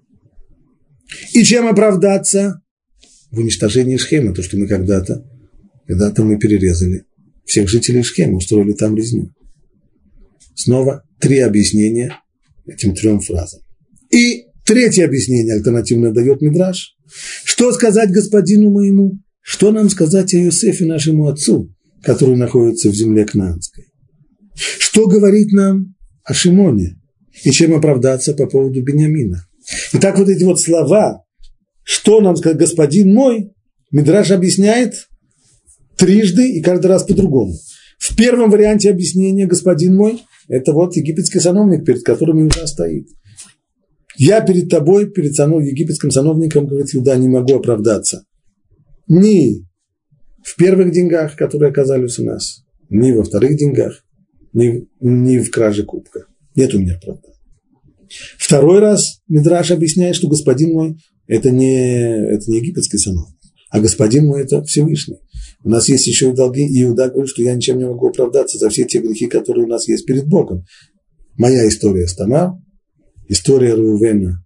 И чем оправдаться в уничтожении Шхема, то, что мы когда-то мы перерезали всех жителей Шхема, устроили там резню. Снова 3 объяснения этим 3 фразам. И третье объяснение альтернативно дает Мидраш. Что сказать господину моему? Что нам сказать о Йосефе, нашему отцу, который находится в земле Кнаанской? Что говорит нам о Шимоне? И чем оправдаться по поводу Биньямина? Итак, вот эти вот слова, что нам сказать господин мой, Мидраш объясняет трижды и каждый раз по-другому. В первом варианте объяснения господин мой – это вот египетский сановник, перед которым Иуда стоит. Я перед тобой, перед египетским сановником, говорит Иуда, не могу оправдаться. Ни в первых деньгах, которые оказались у нас, ни во вторых деньгах, ни в краже кубка. Нет у меня оправдания. Второй раз Мидраш объясняет, что господин мой – это не египетский сановник, а господин мой – это Всевышний. У нас есть еще и долги, и Иуда говорит, что я ничем не могу оправдаться за все те грехи, которые у нас есть перед Богом. Моя история с Тамар, история Реувена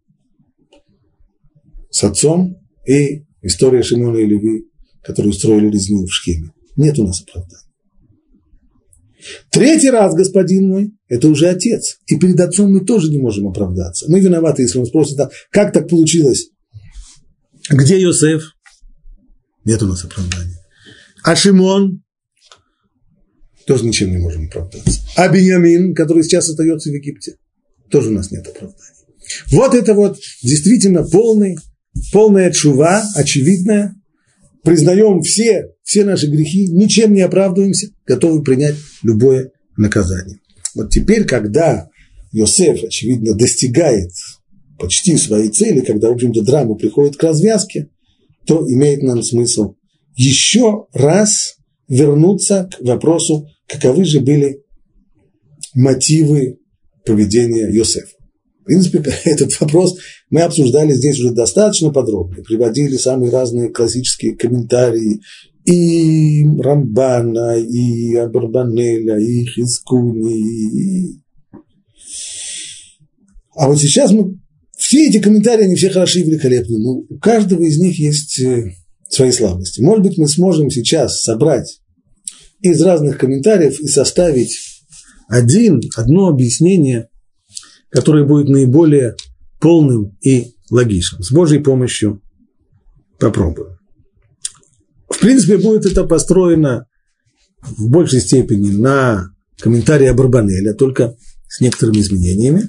с отцом и история Шимона и Леви, которые устроили резню в Шхеме. Нет у нас оправдания. Третий раз, господин мой, это уже отец. И перед отцом мы тоже не можем оправдаться. Мы виноваты, если он спросит, как так получилось? Где Йосеф? Нет у нас оправдания. А Шимон? Тоже ничем не можем оправдаться. А Биньямин, который сейчас остается в Египте? Тоже у нас нет оправдания. Вот это вот действительно полная тшува, очевидная. Признаем все наши грехи, ничем не оправдываемся, готовы принять любое наказание. Вот теперь, когда Йосеф, очевидно, достигает почти своей цели, когда, в общем-то, драма приходит к развязке, то имеет нам смысл еще раз вернуться к вопросу, каковы же были мотивы поведения Йосефа. В принципе, этот вопрос мы обсуждали здесь уже достаточно подробно, приводили самые разные классические комментарии и Рамбана, и Абарбанеля, и Хискуни. А вот сейчас все эти комментарии, они все хороши и великолепны, но у каждого из них есть свои слабости. Может быть, мы сможем сейчас собрать из разных комментариев и составить одно объяснение, которое будет наиболее полным и логичным. С Божьей помощью попробуем. В принципе, будет это построено в большей степени на комментарии Абарбанеля, только с некоторыми изменениями.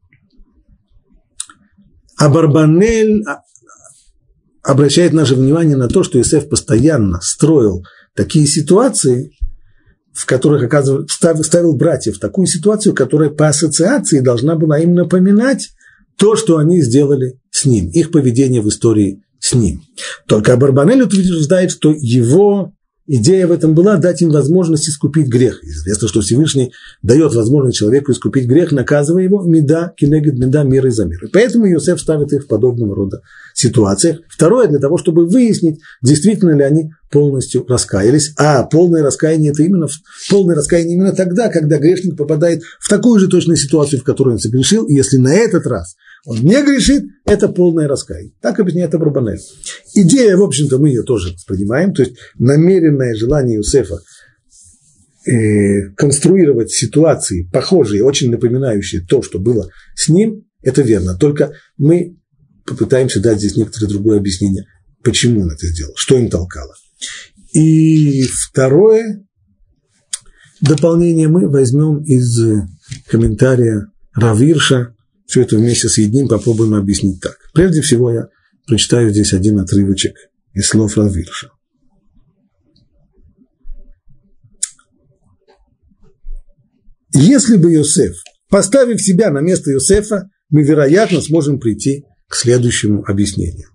Абарбанель обращает наше внимание на то, что Йосеф постоянно строил такие ситуации, в которых ставил братьев в такую ситуацию, которая по ассоциации должна была им напоминать то, что они сделали с ним, их поведение в истории с ним. Только Абарбанель утверждает, что его идея в этом была дать им возможность искупить грех. Известно, что Всевышний дает возможность человеку искупить грех, наказывая его мида, кинегет мида, мирой за мирой. Поэтому Йосеф ставит их в подобного рода ситуациях. Второе, для того, чтобы выяснить, действительно ли они полностью раскаялись. А полное раскаяние – это именно тогда, когда грешник попадает в такую же точную ситуацию, в которой он согрешил, и если на этот раз он не грешит, это полное раскаяние. Так объясняет Абарбанель. Идея, в общем-то, мы ее тоже воспринимаем, то есть намеренное желание Йосефа конструировать ситуации, похожие, очень напоминающие то, что было с ним, это верно. Только мы попытаемся дать здесь некоторое другое объяснение, почему он это сделал, что им толкало. И второе дополнение мы возьмем из комментария Рав Ирша. Все это вместе соединим, попробуем объяснить так. Прежде всего я прочитаю здесь один отрывочек из слов Рав Ирша. Если бы Йосеф, поставив себя на место Йосефа, мы, вероятно, сможем прийти к следующему объяснению.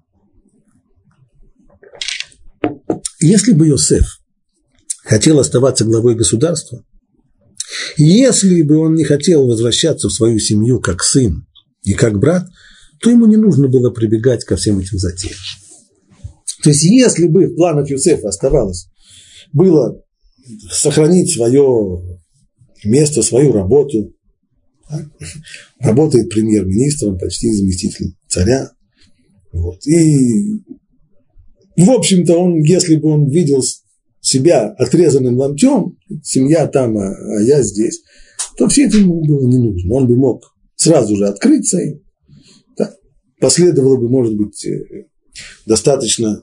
Если бы Йосеф хотел оставаться главой государства, если бы он не хотел возвращаться в свою семью как сын и как брат, то ему не нужно было прибегать ко всем этим затеям. То есть, если бы в планах Йосефа оставалось, было сохранить свое место, свою работу, работает премьер-министром, почти заместителем царя, вот, и, в общем-то, он, если бы он видел себя отрезанным ломтем, семья там, а я здесь, то все это ему было не нужно. Он бы мог сразу же открыться, и да, последовало бы, может быть, достаточно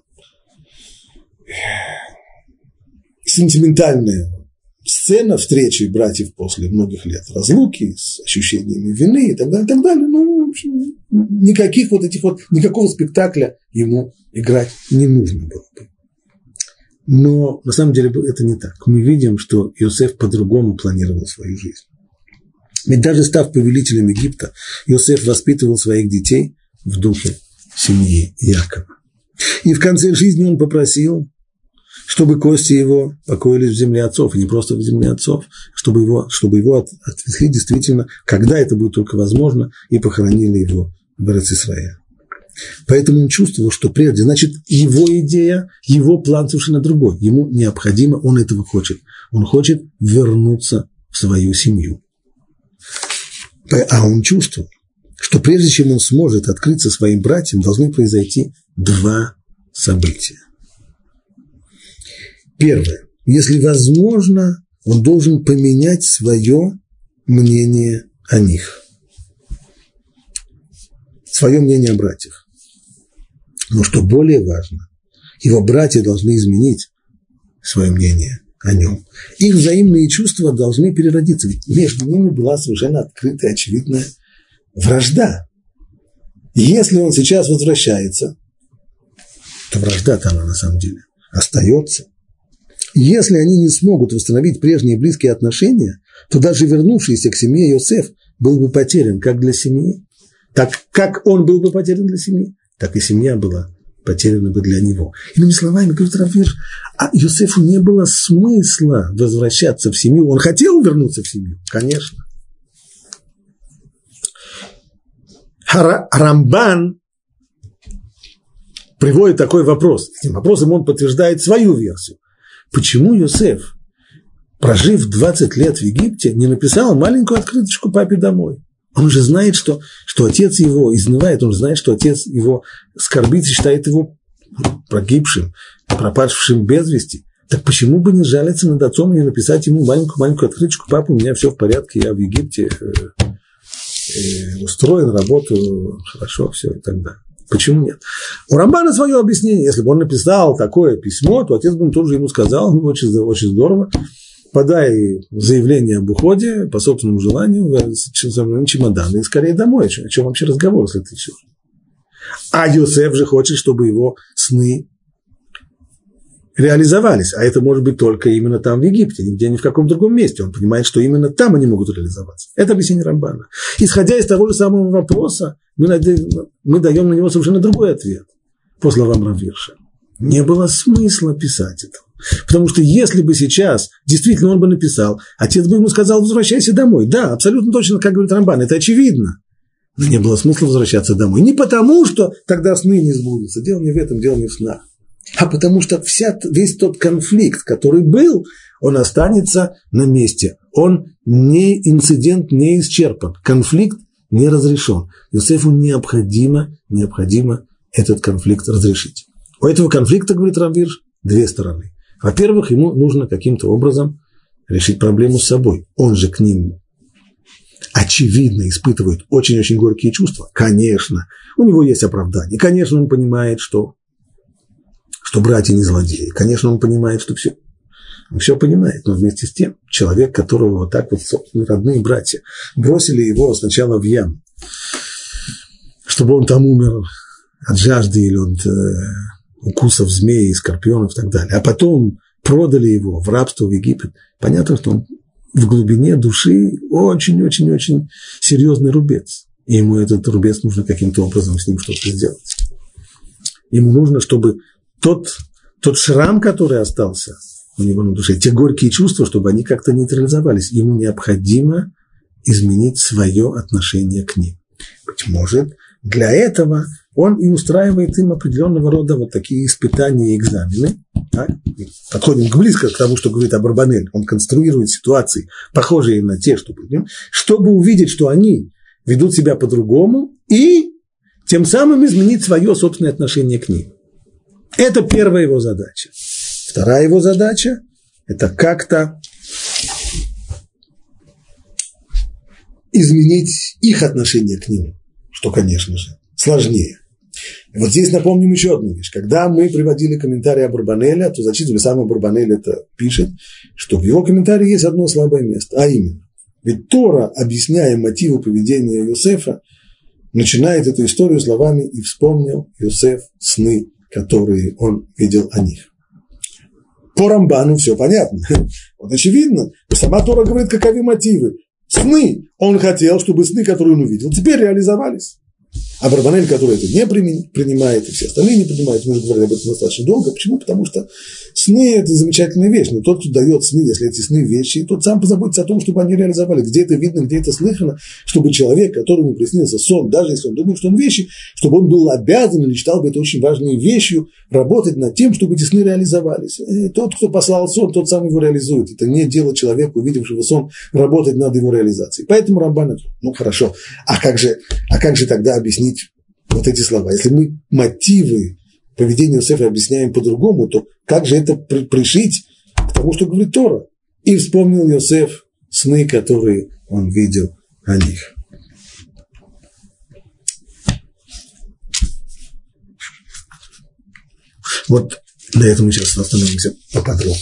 сентиментальная сцена встречи братьев после многих лет разлуки с ощущениями вины и так далее, и так далее. Ну, в общем, никакого спектакля ему играть не нужно было бы. Но на самом деле это не так. Мы видим, что Йосеф по-другому планировал свою жизнь. Ведь даже став повелителем Египта, Йосеф воспитывал своих детей в духе семьи Якова. И в конце жизни он попросил, чтобы кости его покоились в земле отцов, и не просто в земле отцов, чтобы его отвезли действительно, когда это будет только возможно, и похоронили его в Эрец-Исраэль. Поэтому он чувствовал, что прежде, значит, его идея, его план совершенно другой. Ему необходимо, он этого хочет. Он хочет вернуться в свою семью. А он чувствовал, что прежде чем он сможет открыться своим братьям, должны произойти два события. Первое. Если возможно, он должен поменять свое мнение о них. Свое мнение о братьях. Но что более важно, его братья должны изменить свое мнение о нем. Их взаимные чувства должны переродиться. Ведь между ними была совершенно открытая, очевидная вражда. И если он сейчас возвращается, то вражда-то она на самом деле остается. Если они не смогут восстановить прежние близкие отношения, то даже вернувшийся к семье Йосеф был бы потерян как для семьи, так как он был бы потерян для семьи, так и семья была потеряна бы для него. Иными словами, говорит Рав Вирш, а Йосефу не было смысла возвращаться в семью. Он хотел вернуться в семью, конечно. Рамбан приводит такой вопрос. Этим вопросом он подтверждает свою версию. Почему Йосеф, прожив 20 лет в Египте, не написал маленькую открыточку папе домой? Он же знает, что отец его изнывает, он же знает, что отец его скорбит и считает его погибшим, пропавшим без вести. Так почему бы не жалиться над отцом и не написать ему маленькую открыточку: папа, у меня все в порядке, я в Египте устроен, работаю, хорошо, все и так далее. Почему нет? У Рамбана свое объяснение. Если бы он написал такое письмо, то отец бы тут же ему сказал: очень, очень здорово, подай заявление об уходе по собственному желанию, чемоданы и скорее домой. О чем вообще разговор, если ты все? А Йосеф же хочет, чтобы его сны реализовались. А это может быть только именно там, в Египте, нигде ни в каком другом месте. Он понимает, что именно там они могут реализоваться. Это объяснение Рамбана. Исходя из того же самого вопроса, мы даем на него совершенно другой ответ по словам Рав Вирша. Не было смысла писать это. Потому что если бы сейчас действительно он бы написал, отец бы ему сказал: возвращайся домой. Да, абсолютно точно, как говорит Рамбан, это очевидно. Но не было смысла возвращаться домой. Не потому, что тогда сны не сбудутся. Дело не в этом, дело не в снах. А потому что весь тот конфликт, который был, он останется на месте. Инцидент не исчерпан. Конфликт не разрешен. Йосефу необходимо этот конфликт разрешить. У этого конфликта, говорит Рав Вирш, две стороны. Во-первых, ему нужно каким-то образом решить проблему с собой. Он же к ним очевидно испытывает очень-очень горькие чувства. Конечно, у него есть оправдание. Конечно, он понимает, что братья не злодеи. Конечно, он понимает, что все. Он все понимает, но вместе с тем человек, которого вот так вот собственные родные братья бросили его сначала в яму, чтобы он там умер от жажды или от укусов змей, скорпионов и так далее, а потом продали его в рабство в Египет. Понятно, что он в глубине души очень-очень-очень серьезный рубец, и ему этот рубец нужно каким-то образом с ним что-то сделать. Ему нужно, чтобы тот шрам, который остался у него на душе, те горькие чувства, чтобы они как-то нейтрализовались. Ему необходимо изменить свое отношение к ним. Быть может, для этого он и устраивает им определенного рода вот такие испытания и экзамены. Так? Подходим близко к тому, что говорит Абарбанель. Он конструирует ситуации, похожие на те, чтобы увидеть, что они ведут себя по-другому, и тем самым изменить свое собственное отношение к ним. Это первая его задача. Вторая его задача – это как-то изменить их отношение к нему, что, конечно же, сложнее. И вот здесь напомним еще одну вещь. Когда мы приводили комментарий Абарбанеля, то зачитывали, сам Абарбанель это пишет, что в его комментарии есть одно слабое место, а именно, ведь Тора, объясняя мотивы поведения Йосефа, начинает эту историю словами «И вспомнил Йосеф сны, которые он видел о них». По Рамбану все понятно. Вот очевидно, сама Тора говорит, каковы мотивы. Сны. Он хотел, чтобы сны, которые он увидел, теперь реализовались. А Барбанель, который это не принимает, и все остальные не принимают, мы уже говорили об этом достаточно долго. Почему? Потому что сны – это замечательная вещь. Но тот, кто дает сны, если эти сны вещи, тот сам позаботится о том, чтобы они реализовались. Где это видно, где это слыхано, чтобы человек, которому приснился сон, даже если он думает, что он вещи, чтобы он был обязан или считал бы это очень важной вещью, работать над тем, чтобы эти сны реализовались. И тот, кто послал сон, тот сам его реализует. Это не дело человека, увидевшего сон, работать над его реализацией. Поэтому Рамбан, ну хорошо, а как же тогда объяснить вот эти слова? Если мы мотивы поведения Йосефа объясняем по-другому, то как же это пришить к тому, что говорит Тора? И вспомнил Йосеф сны, которые он видел о них. Вот на этом мы сейчас остановимся поподробнее.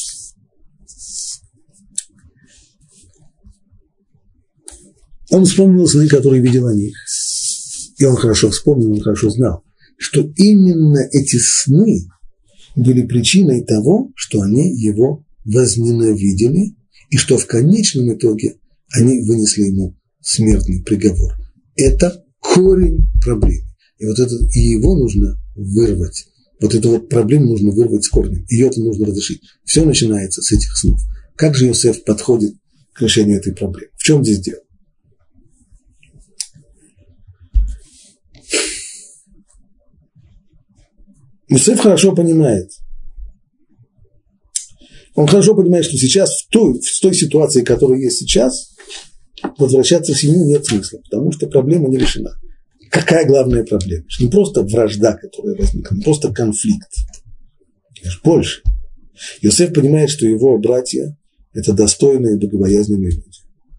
Он вспомнил сны, которые видел о них. И он хорошо вспомнил, он хорошо знал, что именно эти сны были причиной того, что они его возненавидели, и что в конечном итоге они вынесли ему смертный приговор. Это корень проблемы. И вот это, и его нужно вырвать. Вот эту вот проблему нужно вырвать с корнем. Ее-то нужно разрешить. Все начинается с этих снов. Как же Йосеф подходит к решению этой проблемы? В чем здесь дело? Йосеф хорошо понимает. Он хорошо понимает, что сейчас в той ситуации, которая есть сейчас, возвращаться в семью нет смысла, потому что проблема не решена. Какая главная проблема? Не просто вражда, которая возникла, не просто конфликт. Больше. Йосеф понимает, что его братья – это достойные, богобоязненные люди.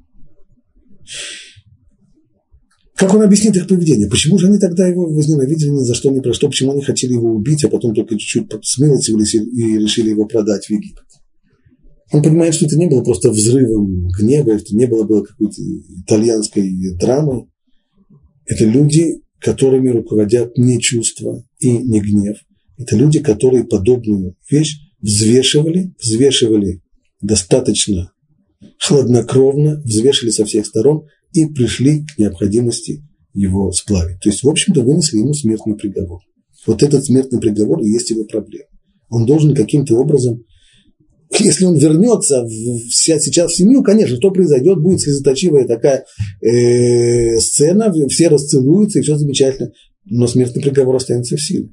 Как он объяснит их поведение? Почему же они тогда его возненавидели ни за что, ни про что? Почему они хотели его убить, а потом только чуть-чуть смилостивились и решили его продать в Египет? Он понимает, что это не было просто взрывом гнева, это не было какой-то итальянской драмой. Это люди, которыми руководят не чувства и не гнев. Это люди, которые подобную вещь взвешивали достаточно хладнокровно, взвешивали со всех сторон и пришли к необходимости его сплавить. То есть, в общем-то, вынесли ему смертный приговор. Вот этот смертный приговор и есть его проблема. Он должен каким-то образом, если он вернется сейчас в семью, конечно, что произойдет, будет слезоточивая такая сцена, все расцелуются, и все замечательно, но смертный приговор останется в силе.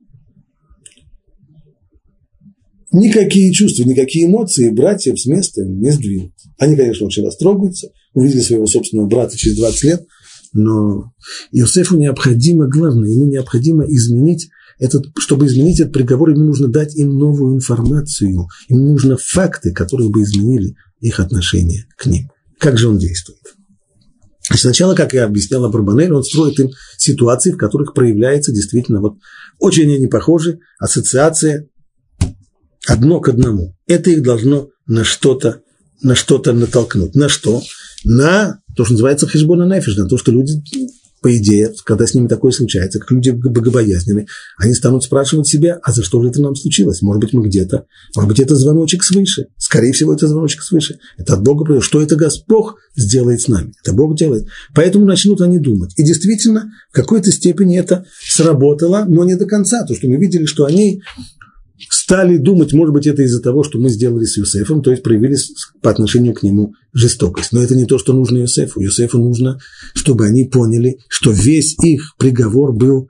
Никакие чувства, никакие эмоции братьев с места не сдвинут. Они, конечно, очень растрогаются, увидели своего собственного брата через 20 лет, но Йосефу необходимо, главное, ему необходимо изменить чтобы изменить этот приговор, ему нужно дать им новую информацию, ему нужны факты, которые бы изменили их отношение к ним. Как же он действует? Сначала, как я объяснял Абарбанель, он строит им ситуации, в которых проявляется действительно очень они похожи, ассоциация одно к одному. Это их должно на что-то натолкнуть. На что? На то, что называется хешбон нефеш, на то, что люди, по идее, когда с ними такое случается, как люди богобоязненные, они станут спрашивать себя, а за что же это нам случилось? Может быть, это звоночек свыше. Скорее всего, это звоночек свыше. Это от Бога. Что это Бог сделает с нами? Это Бог делает. Поэтому начнут они думать. И действительно, в какой-то степени это сработало, но не до конца. То, что мы видели, что они стали думать, может быть, это из-за того, что мы сделали с Йосефом, то есть проявили по отношению к нему жестокость. Но это не то, что нужно Йосефу. Йосефу нужно, чтобы они поняли, что весь их приговор был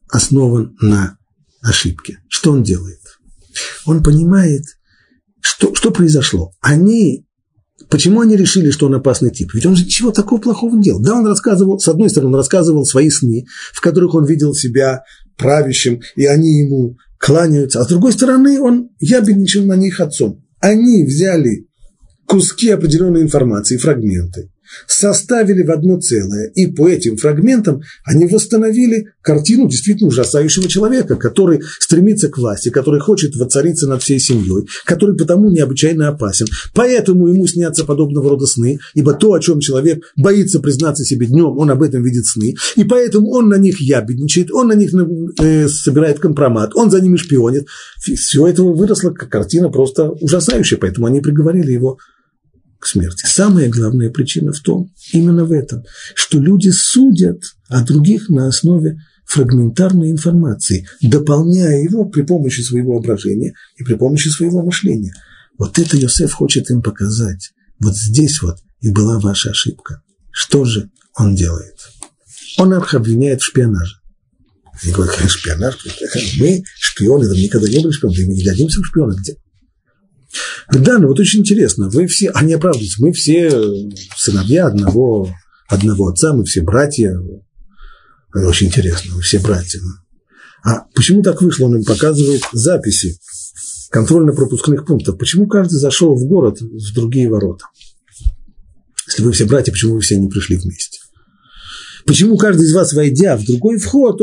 основан на ошибке. Что он делает? Он понимает, что произошло. Почему они решили, что он опасный тип? Ведь он же ничего такого плохого не делал. Да, он рассказывал, с одной стороны, он рассказывал свои сны, в которых он видел себя правящим, и они ему кланяются. А с другой стороны, он ябедничал на них отцом. Они взяли куски определенной информации, фрагменты, составили в одно целое, и по этим фрагментам они восстановили картину действительно ужасающего человека, который стремится к власти, который хочет воцариться над всей семьей, который потому необычайно опасен. Поэтому ему снятся подобного рода сны, ибо то, о чем человек боится признаться себе днем, он об этом видит сны, и поэтому он на них ябедничает, он на них собирает компромат, он за ними шпионит. Все это выросло как картина просто ужасающая, поэтому они приговорили его к смерти. Самая главная причина в том, именно в этом, что люди судят о других на основе фрагментарной информации, дополняя его при помощи своего воображения и при помощи своего мышления. Вот это Йосеф хочет им показать. Вот здесь вот и была ваша ошибка. Что же он делает? Он их обвиняет в шпионаже. Они говорят, шпионаж? Мы шпионы, там никогда не были шпионами, мы не годимся в шпионы. Где? Да, ну вот очень интересно, вы все, они оправдываются, мы все сыновья одного отца, мы все братья, это очень интересно, мы все братья. А почему так вышло, он им показывает записи контрольно-пропускных пунктов, почему каждый зашел в город в другие ворота? Если вы все братья, почему вы все не пришли вместе? Почему каждый из вас, войдя в другой вход,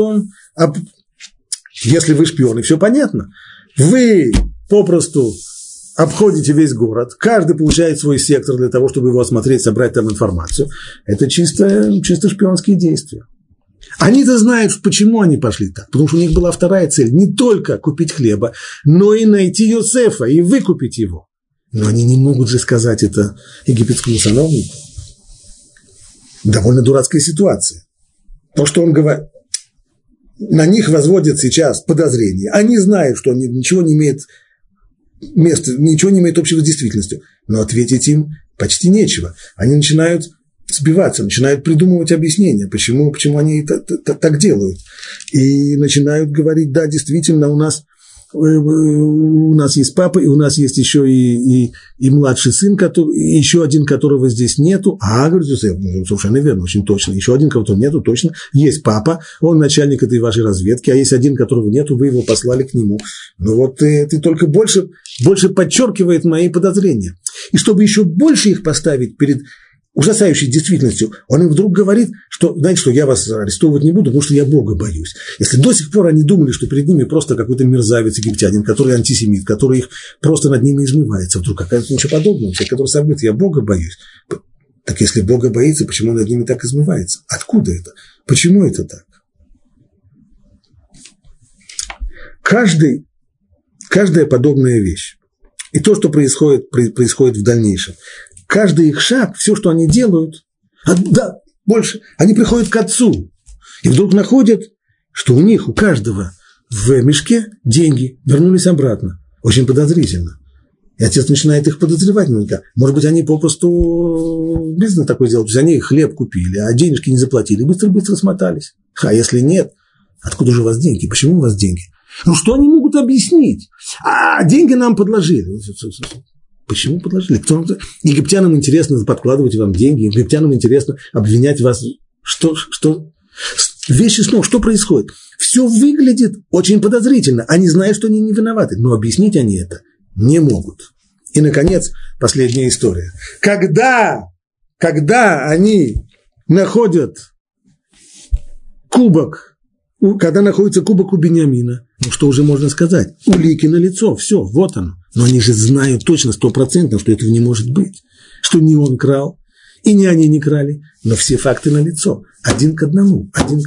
если вы шпионы, все понятно, вы попросту обходите весь город, каждый получает свой сектор для того, чтобы его осмотреть, собрать там информацию. Это чисто шпионские действия. Они-то знают, почему они пошли так, потому что у них была вторая цель, не только купить хлеба, но и найти Йосефа и выкупить его. Но они не могут же сказать это египетскому сановнику. Довольно дурацкая ситуация. То, что он говорит, на них возводят сейчас подозрения. Они знают, что ничего не имеет места, ничего не имеет общего с действительностью, но ответить им почти нечего. Они начинают сбиваться, начинают придумывать объяснения, почему они так делают. И начинают говорить, да, действительно, у нас есть папа, и у нас есть еще и младший сын, и еще один, которого здесь нету. Говорит Йосеф, совершенно верно, очень точно. Еще один, которого нету, точно. Есть папа, он начальник этой вашей разведки, а есть один, которого нету, вы его послали к нему. Ну вот ты только больше подчеркивает мои подозрения. И чтобы еще больше их поставить перед ужасающей действительностью, он им вдруг говорит, что, знаете что, я вас арестовывать не буду, потому что я Бога боюсь. Если до сих пор они думали, что перед ними просто какой-то мерзавец египтянин, который антисемит, который их просто над ними измывается, вдруг какая-то ничего подобного, человек, который сам говорит, я Бога боюсь. Так если Бога боится, почему он над ними так измывается? Откуда это? Почему это так? Каждая подобная вещь, и то, что происходит в дальнейшем, каждый их шаг, все, что они делают, больше, они приходят к отцу и вдруг находят, что у каждого в мешке деньги вернулись обратно. Очень подозрительно. И отец начинает их подозревать. Может быть, они попросту бизнес такой делают, то есть они хлеб купили, а денежки не заплатили, быстро-быстро смотались. А если нет, откуда же у вас деньги? Почему у вас деньги? Ну, что они могут объяснить? Деньги нам подложили. Почему подложили? Египтянам интересно подкладывать вам деньги, египтянам интересно обвинять вас. Что? Вещи снова, что происходит? Все выглядит очень подозрительно. Они знают, что они не виноваты, но объяснить они это не могут. И, наконец, последняя история. Когда они находят кубок, когда находится кубок у Биньямина, что уже можно сказать? Улики налицо, все, вот оно. Но они же знают точно, 100%, что этого не может быть, что не он крал, и не они не крали, но все факты налицо, один к одному.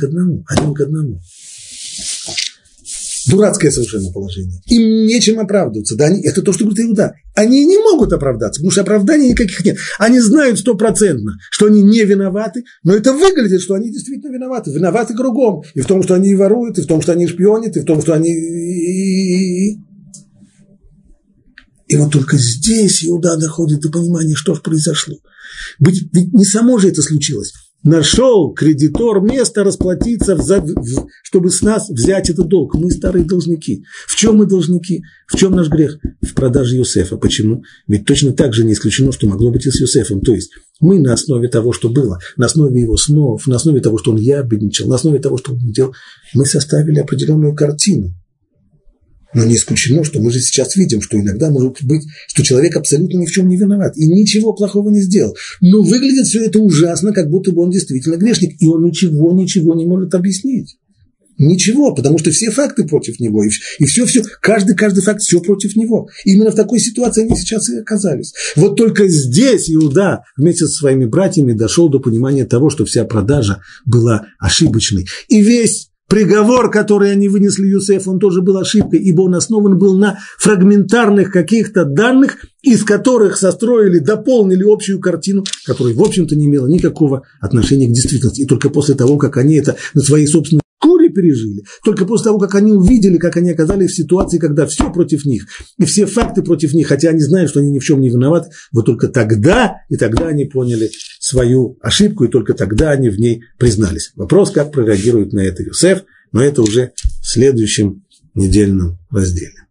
Дурацкое совершенно положение. Им нечем оправдываться. Да, это то, что говорит Иуда. Они не могут оправдаться, потому что оправданий никаких нет. Они знают 100%, что они не виноваты, но это выглядит, что они действительно виноваты. Виноваты кругом. И в том, что они воруют, и в том, что они шпионят, и в том, что они... И вот только здесь Иуда доходит до понимания, что же произошло. Ведь не само же это случилось. нашел кредитор место расплатиться, чтобы с нас взять этот долг. Мы старые должники. В чем мы должники? В чем наш грех? В продаже Йосефа. Почему? Ведь точно так же не исключено, что могло быть и с Йосефом. То есть мы на основе того, что было, на основе его снов, на основе того, что он ябедничал, на основе того, что он делал, мы составили определенную картину. Но не исключено, что мы же сейчас видим, что иногда может быть, что человек абсолютно ни в чем не виноват и ничего плохого не сделал. Но выглядит все это ужасно, как будто бы он действительно грешник, и он ничего не может объяснить. Ничего, потому что все факты против него, и все, каждый факт, все против него. Именно в такой ситуации они сейчас и оказались. Вот только здесь Иуда вместе со своими братьями дошел до понимания того, что вся продажа была ошибочной. И весь приговор, который они вынесли Йосефу, он тоже был ошибкой, ибо он основан был на фрагментарных каких-то данных, из которых состроили, дополнили общую картину, которая, в общем-то, не имела никакого отношения к действительности. И только после того, как они это на своей собственной шкуре пережили, только после того, как они увидели, как они оказались в ситуации, когда все против них, и все факты против них, хотя они знают, что они ни в чем не виноваты, вот только тогда они поняли свою ошибку, и только тогда они в ней признались. Вопрос, как прореагирует на это Йосеф, но это уже в следующем недельном разделе.